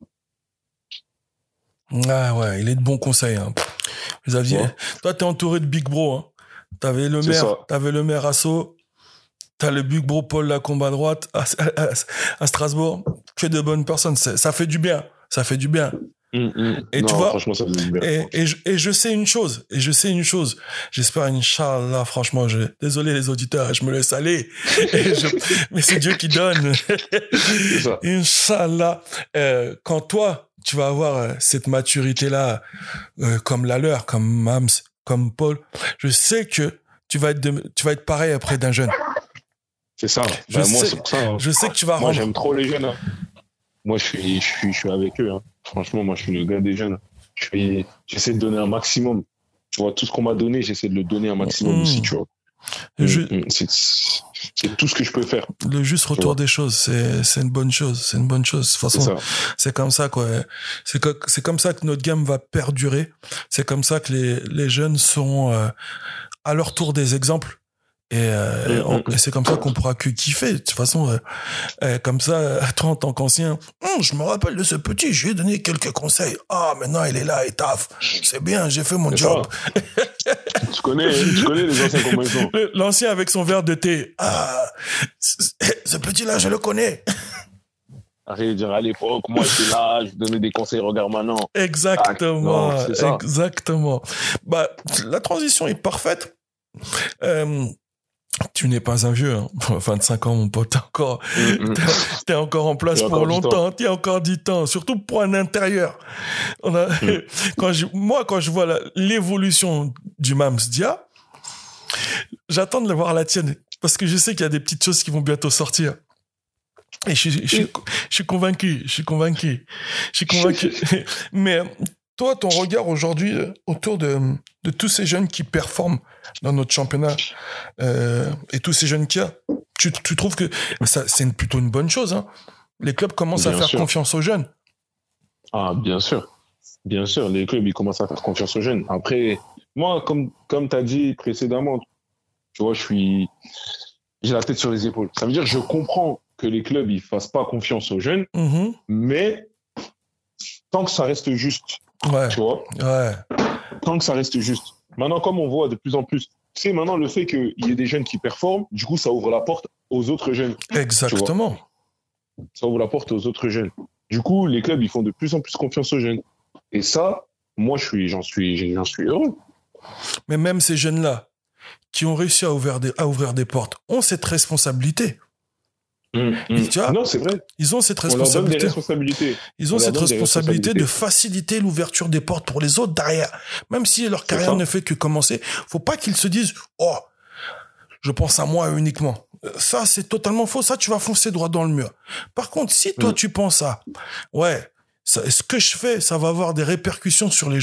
Ah ouais, il est de bons conseils. Hein. Vous aviez... ouais. Toi, t'es entouré de Big Bro. Hein. T'avais le maire, t'avais le maire Asso, t'as le Big Bro Paul Lacombe à droite, à, à, à Strasbourg. Que de bonnes personnes. C'est, ça fait du bien. Ça fait du bien.
Mmh, mmh.
Et
non,
tu vois,
franchement, ça fait du bien.
Et, et, je, et je sais une chose, et je sais une chose. J'espère, Inch'Allah, franchement, je, désolé les auditeurs, je me laisse aller. Et je, mais c'est Dieu qui donne.
C'est ça.
Inch'Allah, euh, quand toi, tu vas avoir euh, cette maturité-là, euh, comme la leur, comme Mams, comme Paul, je sais que tu vas être, de, tu vas être pareil auprès d'un jeune.
C'est ça.
Je,
bah,
sais,
moi, c'est pour ça, hein.
Je sais que tu vas
moi,
rendre.
J'aime trop les jeunes. Hein. Moi, je suis, je suis, je suis avec eux. Hein. Franchement, moi, je suis le gars des jeunes. Je suis, j'essaie de donner un maximum. Tu vois, tout ce qu'on m'a donné, j'essaie de le donner un maximum mmh. aussi, tu vois.
Je...
Mmh. C'est, c'est tout ce que je peux faire.
Le juste retour des choses, c'est, c'est une bonne chose. C'est une bonne chose. De toute façon, c'est, c'est comme ça, quoi. C'est, que, c'est comme ça que notre game va perdurer. C'est comme ça que les, les jeunes seront euh, à leur tour des exemples. Et, euh, mmh. et, on, et c'est comme ça qu'on pourra que kiffer. De toute façon, euh, euh, comme ça, toi, en tant qu'ancien, hum, je me rappelle de ce petit, je lui ai donné quelques conseils. Ah, maintenant, il est là et taf. C'est bien, j'ai fait mon
c'est
job.
tu connais, tu connais les anciens comment ils sont.
L'ancien avec son verre de thé. Ah, ce petit-là, je le connais.
Arrête de dire à l'époque, moi j'étais là, je donnais des conseils, regarde maintenant.
Exactement,
ah, non, c'est ça.
Exactement. Bah, la transition est parfaite. Euh, tu n'es pas un vieux, hein. vingt-cinq ans, mon pote, t'es encore, mm-hmm. t'es, t'es encore en place pour longtemps, t'es encore dix ans, surtout pour un intérieur. On a, mm. quand je, moi, quand je vois la, l'évolution du Mams Dia, j'attends de voir la tienne, parce que je sais qu'il y a des petites choses qui vont bientôt sortir. Et je, je, je, je, je suis convaincu, je suis convaincu, je suis convaincu. Mais toi, ton regard aujourd'hui autour de, de tous ces jeunes qui performent dans notre championnat euh, et tous ces jeunes qu'il y a, tu, tu trouves que ça, c'est une, plutôt une bonne chose, hein? Les clubs commencent bien à faire sûr. Confiance aux jeunes.
Ah, bien sûr. Bien sûr, les clubs, ils commencent à faire confiance aux jeunes. Après, moi, comme, comme tu as dit précédemment, tu vois, je suis, j'ai la tête sur les épaules. Ça veut dire que je comprends que les clubs, ils fassent pas confiance aux jeunes,
mm-hmm.
mais tant que ça reste juste,
ouais.
tu vois,
ouais.
tant que ça reste juste. Maintenant, comme on voit de plus en plus, tu sais, maintenant, le fait qu'il y ait des jeunes qui performent, du coup, ça ouvre la porte aux autres jeunes.
Exactement.
Ça ouvre la porte aux autres jeunes. Du coup, les clubs, ils font de plus en plus confiance aux jeunes. Et ça, moi, je suis, j'en suis, j'en suis heureux.
Mais même ces jeunes-là, qui ont réussi à ouvrir des, à ouvrir des portes, ont cette responsabilité.
Mmh, mmh.
Tu vois,
non, c'est vrai.
Ils ont cette
responsabilité. On leur donne des responsabilités.
Ils ont On cette responsabilité, responsabilités de faciliter l'ouverture des portes pour les autres derrière. Même si leur carrière ne fait que commencer, faut pas qu'ils se disent « Oh, je pense à moi uniquement ». Ça, c'est totalement faux. Ça, tu vas foncer droit dans le mur. Par contre, si toi, mmh. tu penses à « Ouais, ça, ce que je fais, ça va avoir des répercussions sur les jeunes derrière »,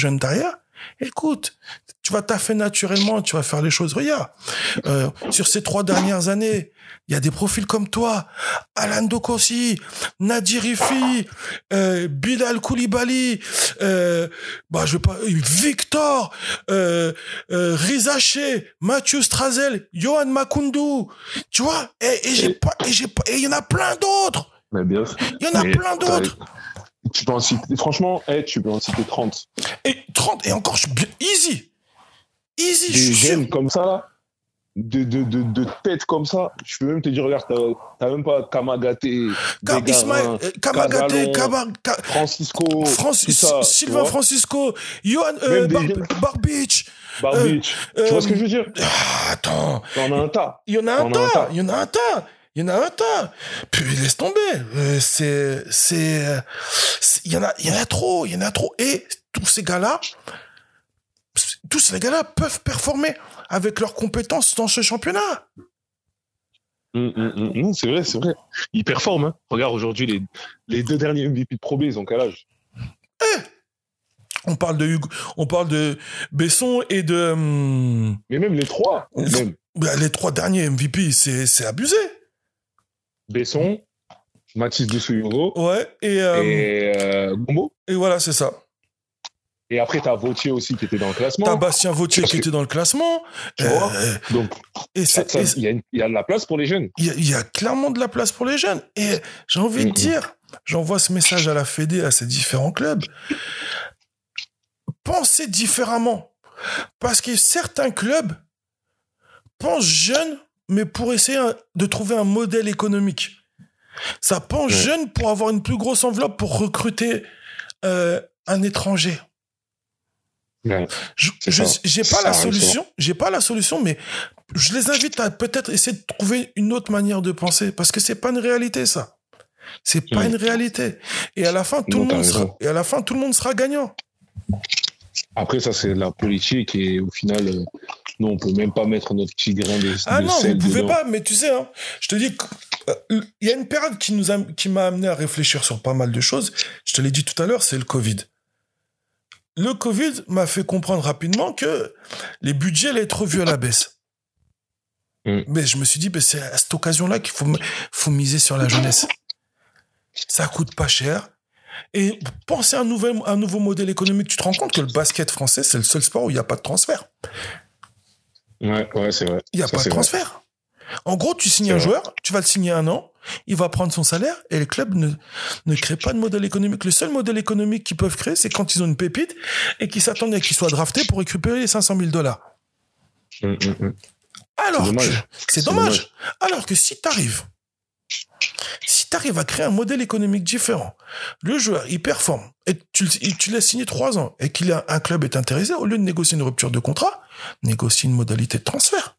Écoute, tu vas taffer naturellement, tu vas faire les choses. Regarde, euh, sur ces trois dernières années, il y a des profils comme toi, Alan Dokossi, Nadir Rifi, euh, Bilal Koulibaly, euh, bah je vais pas, Victor, euh, euh, Rizaché, Mathieu Strazel, Johan Makoundou, tu vois, et, et j'ai pas, et j'ai pas, et il y en a plein d'autres.
Mais bien sûr.
Il y en a
Mais
plein d'autres.
Tu peux en citer, franchement, hey, tu peux en citer trente.
Et trente, et encore, je suis bien, easy. Easy,
Des
je suis
jeunes
sûr.
comme ça, là, de, de, de, de tête comme ça, je peux même te dire, regarde, t'as, t'as même pas Kamagaté,
Ka-
Bégarin,
Ismaël, euh, Kamagaté,
Casalon,
Kaba- Ka-
Francisco,
Francis,
tout ça,
Sylvain
tu vois.
Francisco, Johan, euh,
Même des
Bar-
jeunes.
Barbich.
Barbich.
euh,
tu vois ce que je veux dire?
Ah, attends.
T'en as un tas.
Il y en a un
T'en as un
tas.
tas.
Il y en a un tas. Il y en a un tas. Puis laisse tomber. Euh, c'est, c'est, euh, c'est- il y en a, il y en a trop. Il y en a trop. Et tous ces gars-là, tous ces gars-là peuvent performer avec leurs compétences dans ce championnat.
Hum, hum, hum, hum, c'est vrai, c'est vrai. Ils performent. Hein. Regarde aujourd'hui, les, les deux derniers M V P de Pro B, ils ont quel âge?
On parle de Hugo, on parle de Besson et de, hum,
Mais même les trois. Même.
bah, les trois derniers M V P, c'est, c'est abusé.
Besson, Mathis Dessouyogo
Ouais, et, euh,
et euh, Gombo.
et voilà, c'est ça.
Et après, t'as Vautier aussi qui était dans le classement.
T'as Bastien Vautier
Parce
qui
que-
était dans le classement.
Tu vois
Euh,
Donc,
et
ça-
c'est,
ça-
et
il y, a une- il y a de la place pour les jeunes.
il y, a- il y a clairement de la place pour les jeunes. Et j'ai envie de
Mhm.
dire, j'envoie ce message à la Fédé, à ces différents clubs. Pensez différemment. Parce que certains clubs pensent jeunes, mais pour essayer de trouver un modèle économique. Ça pense
Ouais.
jeune pour avoir une plus grosse enveloppe pour recruter euh, un étranger.
Ouais.
Je,
C'est
je-
ça.
j'ai pas
Ça
la
arrive
solution, j'ai pas la solution, mais je les invite à peut-être essayer de trouver une autre manière de penser, parce que c'est pas une réalité, ça. C'est pas
Mm.
une réalité. Et à la fin, tout
Non,
le
t'as
monde
raison.
sera, et à la fin, tout le monde sera gagnant.
Après, ça, c'est de la politique et au final, euh, nous, on peut même pas mettre notre petit grain de,
Ah
de
non,
sel
vous pouvez
dedans.
pas, mais tu sais, hein, je te dis, que, euh, il y a une période qui nous a, qui m'a amené à réfléchir sur pas mal de choses. Je te l'ai dit tout à l'heure, c'est le Covid. Le Covid m'a fait comprendre rapidement que les budgets allaient être revus à la baisse.
Mm.
Mais je me suis dit, ben c'est à cette occasion-là qu'il faut, faut miser sur la jeunesse. Ça coûte pas cher. Et penser à un, nouvel, un nouveau modèle économique, tu te rends compte que le basket français, c'est le seul sport où il n'y a pas de transfert.
Ouais, ouais, c'est vrai.
Il n'y a
Ça,
pas de
c'est vrai.
transfert. En gros, tu signes
C'est
un
vrai.
joueur, tu vas le signer un an, il va prendre son salaire et les clubs ne, ne créent pas de modèle économique. Le seul modèle économique qu'ils peuvent créer, c'est quand ils ont une pépite et qu'ils s'attendent à qu'il soit drafté pour récupérer les cinq cent mille dollars.
Mm, mm, mm.
Alors
C'est
que,
dommage.
c'est
C'est
dommage.
dommage.
Alors que si t'arrives, si t'arrives à créer un modèle économique différent, le joueur, il performe, et tu, le- tu laisses signer trois ans, et qu'il a un club est intéressé, au lieu de négocier une rupture de contrat, négocie une modalité de transfert.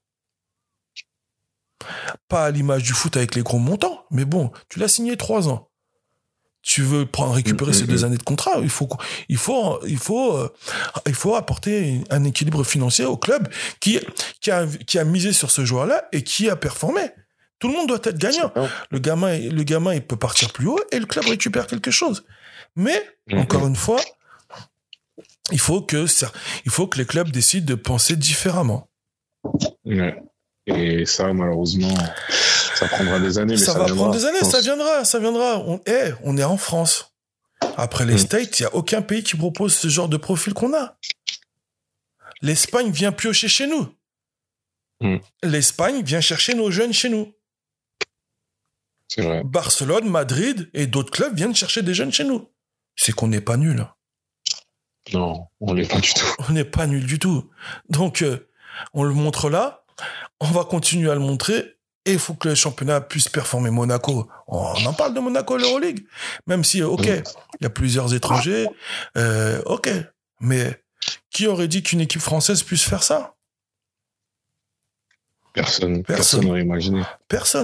Pas à l'image du foot avec les gros montants, mais bon, tu l'as signé trois ans. Tu veux prendre, récupérer
Mm,
ces
mm,
deux
mm.
années de contrat, il faut, il faut, il faut, euh, il faut apporter un équilibre financier au club qui, qui a, qui a misé sur ce joueur-là et qui a performé. Tout le monde doit être gagnant.
Non.
Le gamin, le gamin, il peut partir plus haut et le club récupère quelque chose. Mais,
Mhm.
encore une fois, il faut que ça, il faut que les clubs décident de penser différemment.
Ouais. Et ça, malheureusement, ça prendra des années. Mais
ça
ça,
va
viendra,
prendre des années,
je pense.
ça viendra, ça viendra. On, eh, on est en France. Après les
Mhm.
States, il n'y a aucun pays qui propose ce genre de profil qu'on a. L'Espagne vient piocher chez nous.
Mhm.
L'Espagne vient chercher nos jeunes chez nous.
C'est vrai.
Barcelone, Madrid et d'autres clubs viennent chercher des jeunes chez nous. C'est qu'on n'est pas nul.
Non, on l'est pas du tout.
On n'est pas nul du tout. Donc, euh, on le montre là. On va continuer à le montrer. Et il faut que le championnat puisse performer. Monaco, on en parle de Monaco à l'Euroleague. Même si, ok,
Mm.
il y a plusieurs étrangers. Euh, ok. Mais qui aurait dit qu'une équipe française puisse faire ça?
Personne,
Personne.
personne n'aurait imaginé.
Personne.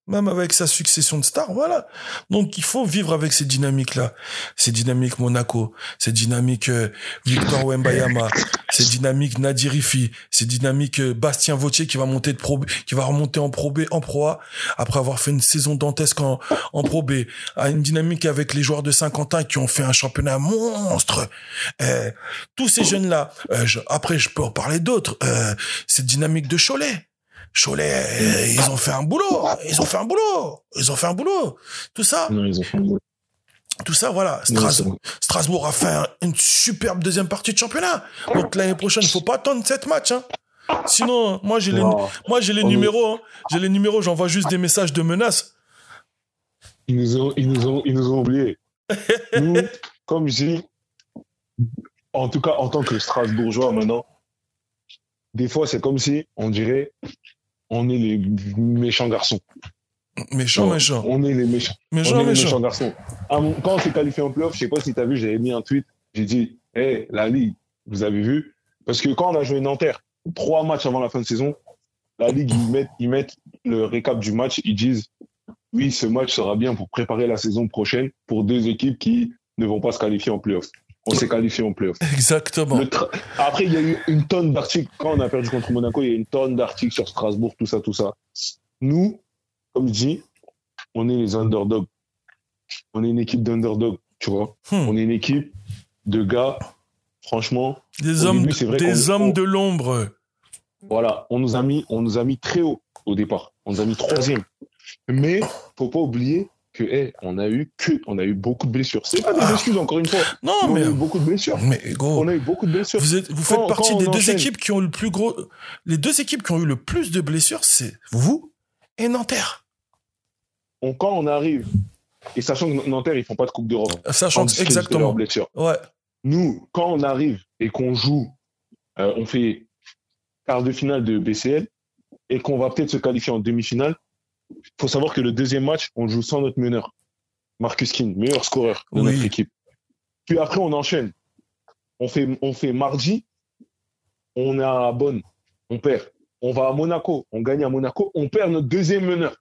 Même avec sa succession de stars, voilà. Donc, il faut vivre avec ces dynamiques-là. Ces dynamiques Monaco, ces dynamiques euh, Victor Wembanyama, ces dynamiques Nadir Rifi, ces dynamiques euh, Bastien Vautier qui va monter de Pro B, qui va remonter en Pro B, en Pro A, après avoir fait une saison dantesque en, en Pro B. À une dynamique avec les joueurs de Saint-Quentin qui ont fait un championnat monstre. Euh, tous ces jeunes-là. Euh, je, après, je peux en parler d'autres. Euh, cette dynamique de Cholet. Cholet, euh, ils ont fait un boulot, ils ont fait un boulot, ils ont fait un boulot. Tout ça,
Non, ils ont fait un boulot.
tout ça, voilà. Strasbourg, Strasbourg a fait un- une superbe deuxième partie de championnat. Donc l'année prochaine, il faut pas attendre sept matchs. Hein. Sinon, moi j'ai les,
Non.
moi j'ai les
On
numéros, hein. j'ai les numéros, j'envoie juste des messages de menaces.
Ils nous ont, ils nous ont, ils nous ont oubliés. Nous, comme je dis, en tout cas, en tant que Strasbourgeois maintenant, des fois, c'est comme si, on dirait, on est les méchants garçons.
Méchant,
Non,
méchant,
On est les méchants.
méchant,
on est les
méchant.
méchants garçons. À mon- Quand on s'est qualifié en playoff, je sais pas si tu as vu, j'avais mis un tweet. J'ai dit, hé, la Ligue, vous avez vu? Parce que quand on a joué Nanterre, trois matchs avant la fin de saison, la Ligue, ils mettent, ils mettent le récap du match. Ils disent, oui, ce match sera bien pour préparer la saison prochaine pour deux équipes qui ne vont pas se qualifier en playoff. On s'est qualifié en playoff.
Exactement.
Le tra- Après, il y a eu une tonne d'articles. Quand on a perdu contre Monaco, il y a eu une tonne d'articles sur Strasbourg, tout ça, tout ça. Nous, comme je dis, on est les underdogs. On est une équipe d'underdogs, tu vois.
Hmm.
On est une équipe de gars, franchement,
Des
au
hommes,
début, c'est vrai
des
qu'on-
hommes
on-
de l'ombre.
voilà, on nous a mis, on nous a mis très haut au départ. On nous a mis troisième. Mais faut pas oublier que, hey, on a eu que, on a eu beaucoup de blessures. C'est pas des
Ah.
excuses encore une fois.
Non,
Mais on
mais,
a eu beaucoup de blessures.
mais gros,
On a eu beaucoup de blessures.
vous êtes, vous faites
Quand-
partie
quand
des
on
deux
enchaîne-
équipes qui ont eu le plus gros, les deux équipes qui ont eu le plus de blessures, c'est vous et Nanterre.
On- quand on arrive, et sachant que Nanterre, ils font pas de Coupe d'Europe.
Sachant
en
que-
discrédit de leur
exactement.
blessure.
Ouais.
Nous, quand on arrive et qu'on joue, euh, on fait quart de finale de B C L et qu'on va peut-être se qualifier en demi-finale, il faut savoir que le deuxième match, on joue sans notre meneur, Marcus King, meilleur scoreur de
Oui.
notre équipe. Puis après, on enchaîne. On fait, on fait mardi, on est à Bonn, on perd. On va à Monaco, on gagne à Monaco, on perd notre deuxième meneur.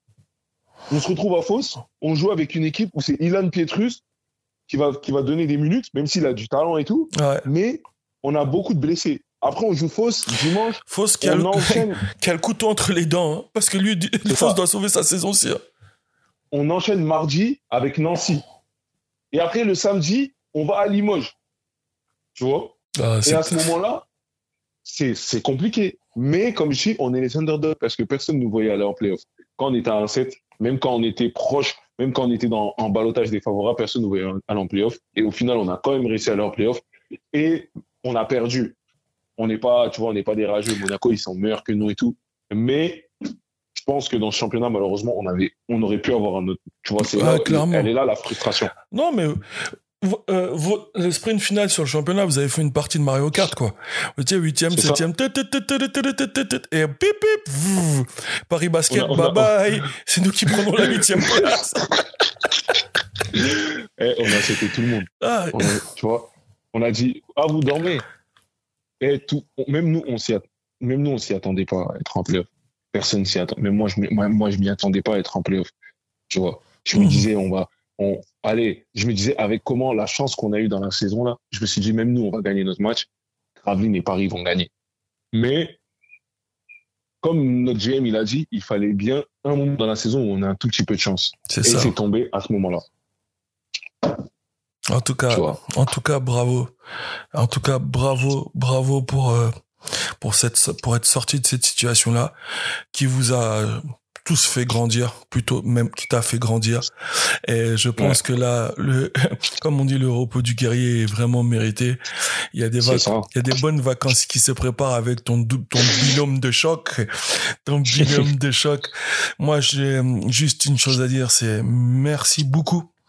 On se retrouve à Fos, on joue avec une équipe où c'est Ilan Pietrus qui va, qui va donner des minutes, même s'il a du talent et tout,
Ouais.
mais on a beaucoup de blessés. Après, on joue Fos dimanche,
Fausse qui a,
on
le,
enchaîne,
qui a le couteau entre les dents, hein, parce que lui,
C'est
Fausse
ça.
doit sauver sa saison aussi. Hein.
on enchaîne mardi avec Nancy. Et après, le samedi, on va à Limoges. Tu vois?
Ah,
Et
c'est-
à ce moment-là, c'est, c'est compliqué. Mais comme je dis, on est les underdogs parce que personne ne nous voyait aller en playoff. Quand on était à un sept, même quand on était proche, même quand on était dans, en balotage défavorable, personne ne nous voyait aller en playoff. Et au final, on a quand même réussi à aller en playoff. Et on a perdu. On n'est pas, tu vois, on n'est pas des rageux. Monaco, ils sont meilleurs que nous et tout. Mais je pense que dans ce championnat, malheureusement, on avait, on aurait pu avoir un autre. Tu vois, c'est
Ouais,
là,
clairement.
elle est là la frustration.
Non, mais vo- euh, vo- le sprint final sur le championnat, vous avez fait une partie de Mario Kart, quoi. Vous étiez huitième,
C'est ça.
septième, tut, tut, tut, tut, tut, tut, tut, tut, et pip, pip, vouh. Paris Basket,
On a- on a-
bye bye. C'est nous qui prenons la huitième place.
Eh, on a sauté tout le monde.
Ah,
On a- tu vois, on a dit, ah, vous dormez. Et tout, on- même nous, on s'y att- même nous, on s'y attendait pas à être en playoff. Personne s'y attend. Même moi, je, m'y- moi, moi, je m'y attendais pas à être en playoff. Tu vois, je me
Mhm.
disais, on va, on, allez, je me disais, avec comment la chance qu'on a eue dans la saison là, je me suis dit, même nous, on va gagner notre match. Gravelines et Paris vont gagner. Mais, comme notre G M, il a dit, il fallait bien un moment dans la saison où on a un tout petit peu de chance.
c'est
Et
ça.
c'est tombé à ce moment-là.
En tout cas,
Tu vois.
en tout cas, bravo. En tout cas, bravo, bravo pour euh, pour cette pour être sorti de cette situation-là, qui vous a euh, tous fait grandir, plutôt même qui t'a fait grandir. Et je pense
Ouais.
que là, le comme on dit, le repos du guerrier est vraiment mérité. Il y a des
C'est
vac-
ça.
il y a des bonnes vacances qui se préparent avec ton dou- ton binôme de choc, ton binôme de choc. Moi, j'ai euh, juste une chose à dire, c'est merci beaucoup.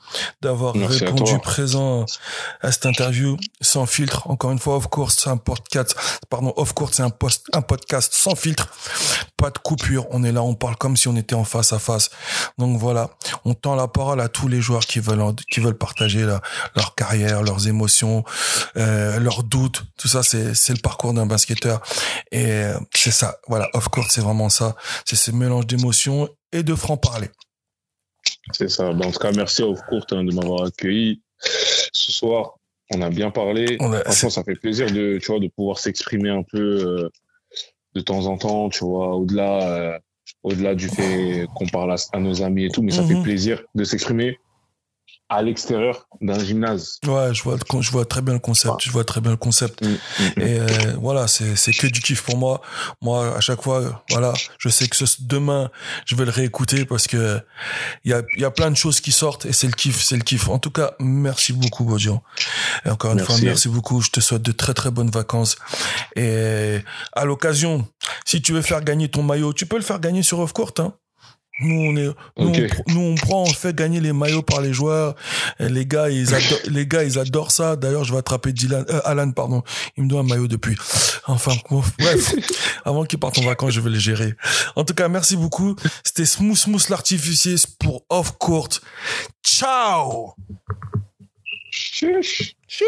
d'avoir
Merci
répondu présent à cette interview sans filtre. Encore une fois, Off Court, c'est un podcast, pardon, Off Court, c'est un post, un podcast sans filtre. Pas de coupure. On est là, on parle comme si on était en face à face. Donc voilà. On tend la parole à tous les joueurs qui veulent, qui veulent partager la, leur carrière, leurs émotions, euh, leurs doutes. Tout ça, c'est, c'est le parcours d'un basketteur. Et c'est ça. Voilà. Off Court, c'est vraiment ça. C'est ce mélange d'émotions et de franc-parler.
C'est ça. Ben, en tout cas, merci à Off Court hein, de m'avoir accueilli ce soir. On a bien parlé. A, Franchement, ça fait plaisir de, tu vois, de pouvoir s'exprimer un peu euh, de temps en temps, tu vois, au-delà, euh, au-delà du fait qu'on parle à, à nos amis et tout, mais ça mm-hmm. fait plaisir de s'exprimer à l'extérieur d'un gymnase.
Ouais, je vois, je vois très bien le concept. Ouais. Je vois très bien le concept. Mmh, mmh. Et euh, voilà, c'est, c'est que du kiff pour moi. Moi, à chaque fois, voilà, je sais que ce, demain, je vais le réécouter parce que il y a, il y a plein de choses qui sortent et c'est le kiff, c'est le kiff. En tout cas, merci beaucoup, Bodian. Et encore une merci. fois, merci beaucoup. Je te souhaite de très très bonnes vacances. Et à l'occasion, si tu veux faire gagner ton maillot, tu peux le faire gagner sur Off Court, hein. Nous, on est, nous, okay. on, nous, on prend, on fait gagner les maillots par les joueurs. Et les gars, ils adorent, les gars, ils adorent ça. D'ailleurs, je vais attraper Dylan, euh, Alan, pardon. Il me doit un maillot depuis. Enfin, bref. Avant qu'il parte en vacances, je vais le gérer. En tout cas, merci beaucoup. C'était Smooth Smooth l'artificier pour Off Court. Ciao!
Chuch!
Chuch!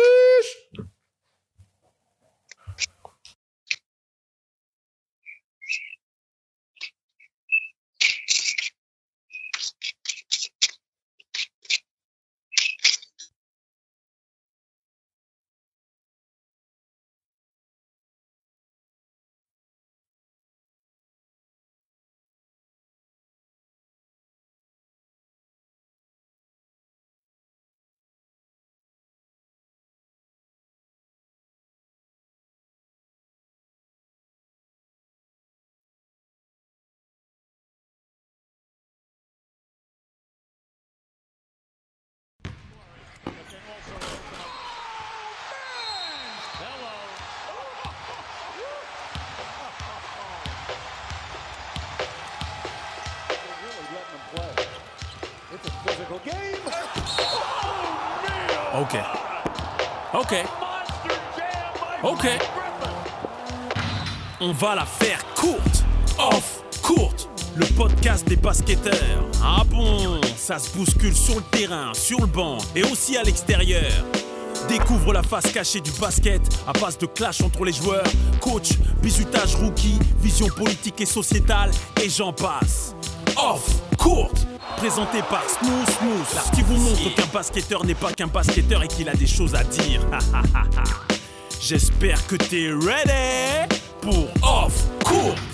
Ok. Ok. Ok. On va la faire courte. Off Court, le podcast des basketteurs. Ah bon, ça se bouscule sur le terrain, sur le banc et aussi à l'extérieur. Découvre la face cachée du basket à base de clash entre les joueurs, coach, bizutage rookie, vision politique et sociétale et j'en passe. Off Court, présenté par Smooth Smooth, là qui vous montre qu'un basketteur n'est pas qu'un basketteur et qu'il a des choses à dire. J'espère que t'es ready pour Off Court.